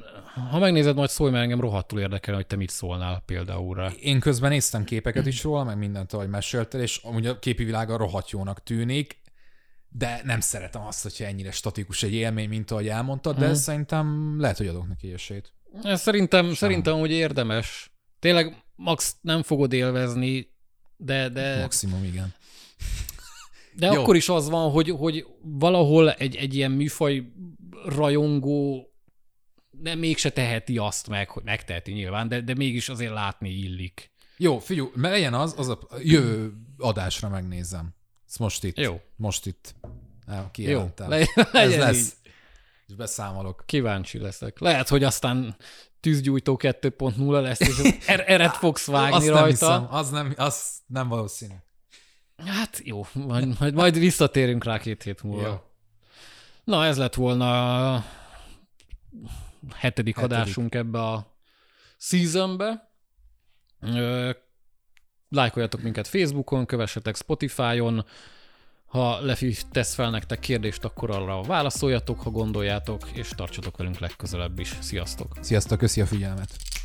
ha megnézed, majd szólj, mert engem rohadtul érdekel, hogy te mit szólnál például rá. Én közben néztem képeket is róla, meg mindent, ahogy meséltél, és amúgy a képi világa rohadt jónak tűnik, de nem szeretem azt, hogyha ennyire statikus egy élmény, mint ahogy elmondtad, de hmm. szerintem lehet, hogy adok neki esélyt. Szerintem, szerintem, hogy érdemes. Tényleg max nem fogod élvezni, de... de... Maximum, igen. De Jó. akkor is az van, hogy, hogy valahol egy, egy ilyen műfaj rajongó de mégse teheti azt meg, hogy megteheti nyilván, de, de mégis azért látni illik. Jó, figyelj, mert legyen az, az a jövő adásra megnézem. Ezt most itt. Jó. Most itt. Kijelentem. Jó, le, Ez lesz. Így. És beszámolok. Kíváncsi leszek. Lehet, hogy aztán tűzgyújtó kettő pont nulla lesz, és er- eret fogsz vágni azt rajta. Nem hiszem. Az nem, az nem valószínű. Hát jó, majd, majd, majd visszatérünk rá két hét múlva. Jó. Na, ez lett volna a hetedik, hetedik. adásunk ebbe a seasonbe. Lájkoljatok minket Facebookon, kövessetek Spotify-on. Ha Lefi tesz fel nektek kérdést, akkor arra válaszoljatok, ha gondoljátok, és tartsatok velünk legközelebb is. Sziasztok! Sziasztok, köszi a figyelmet!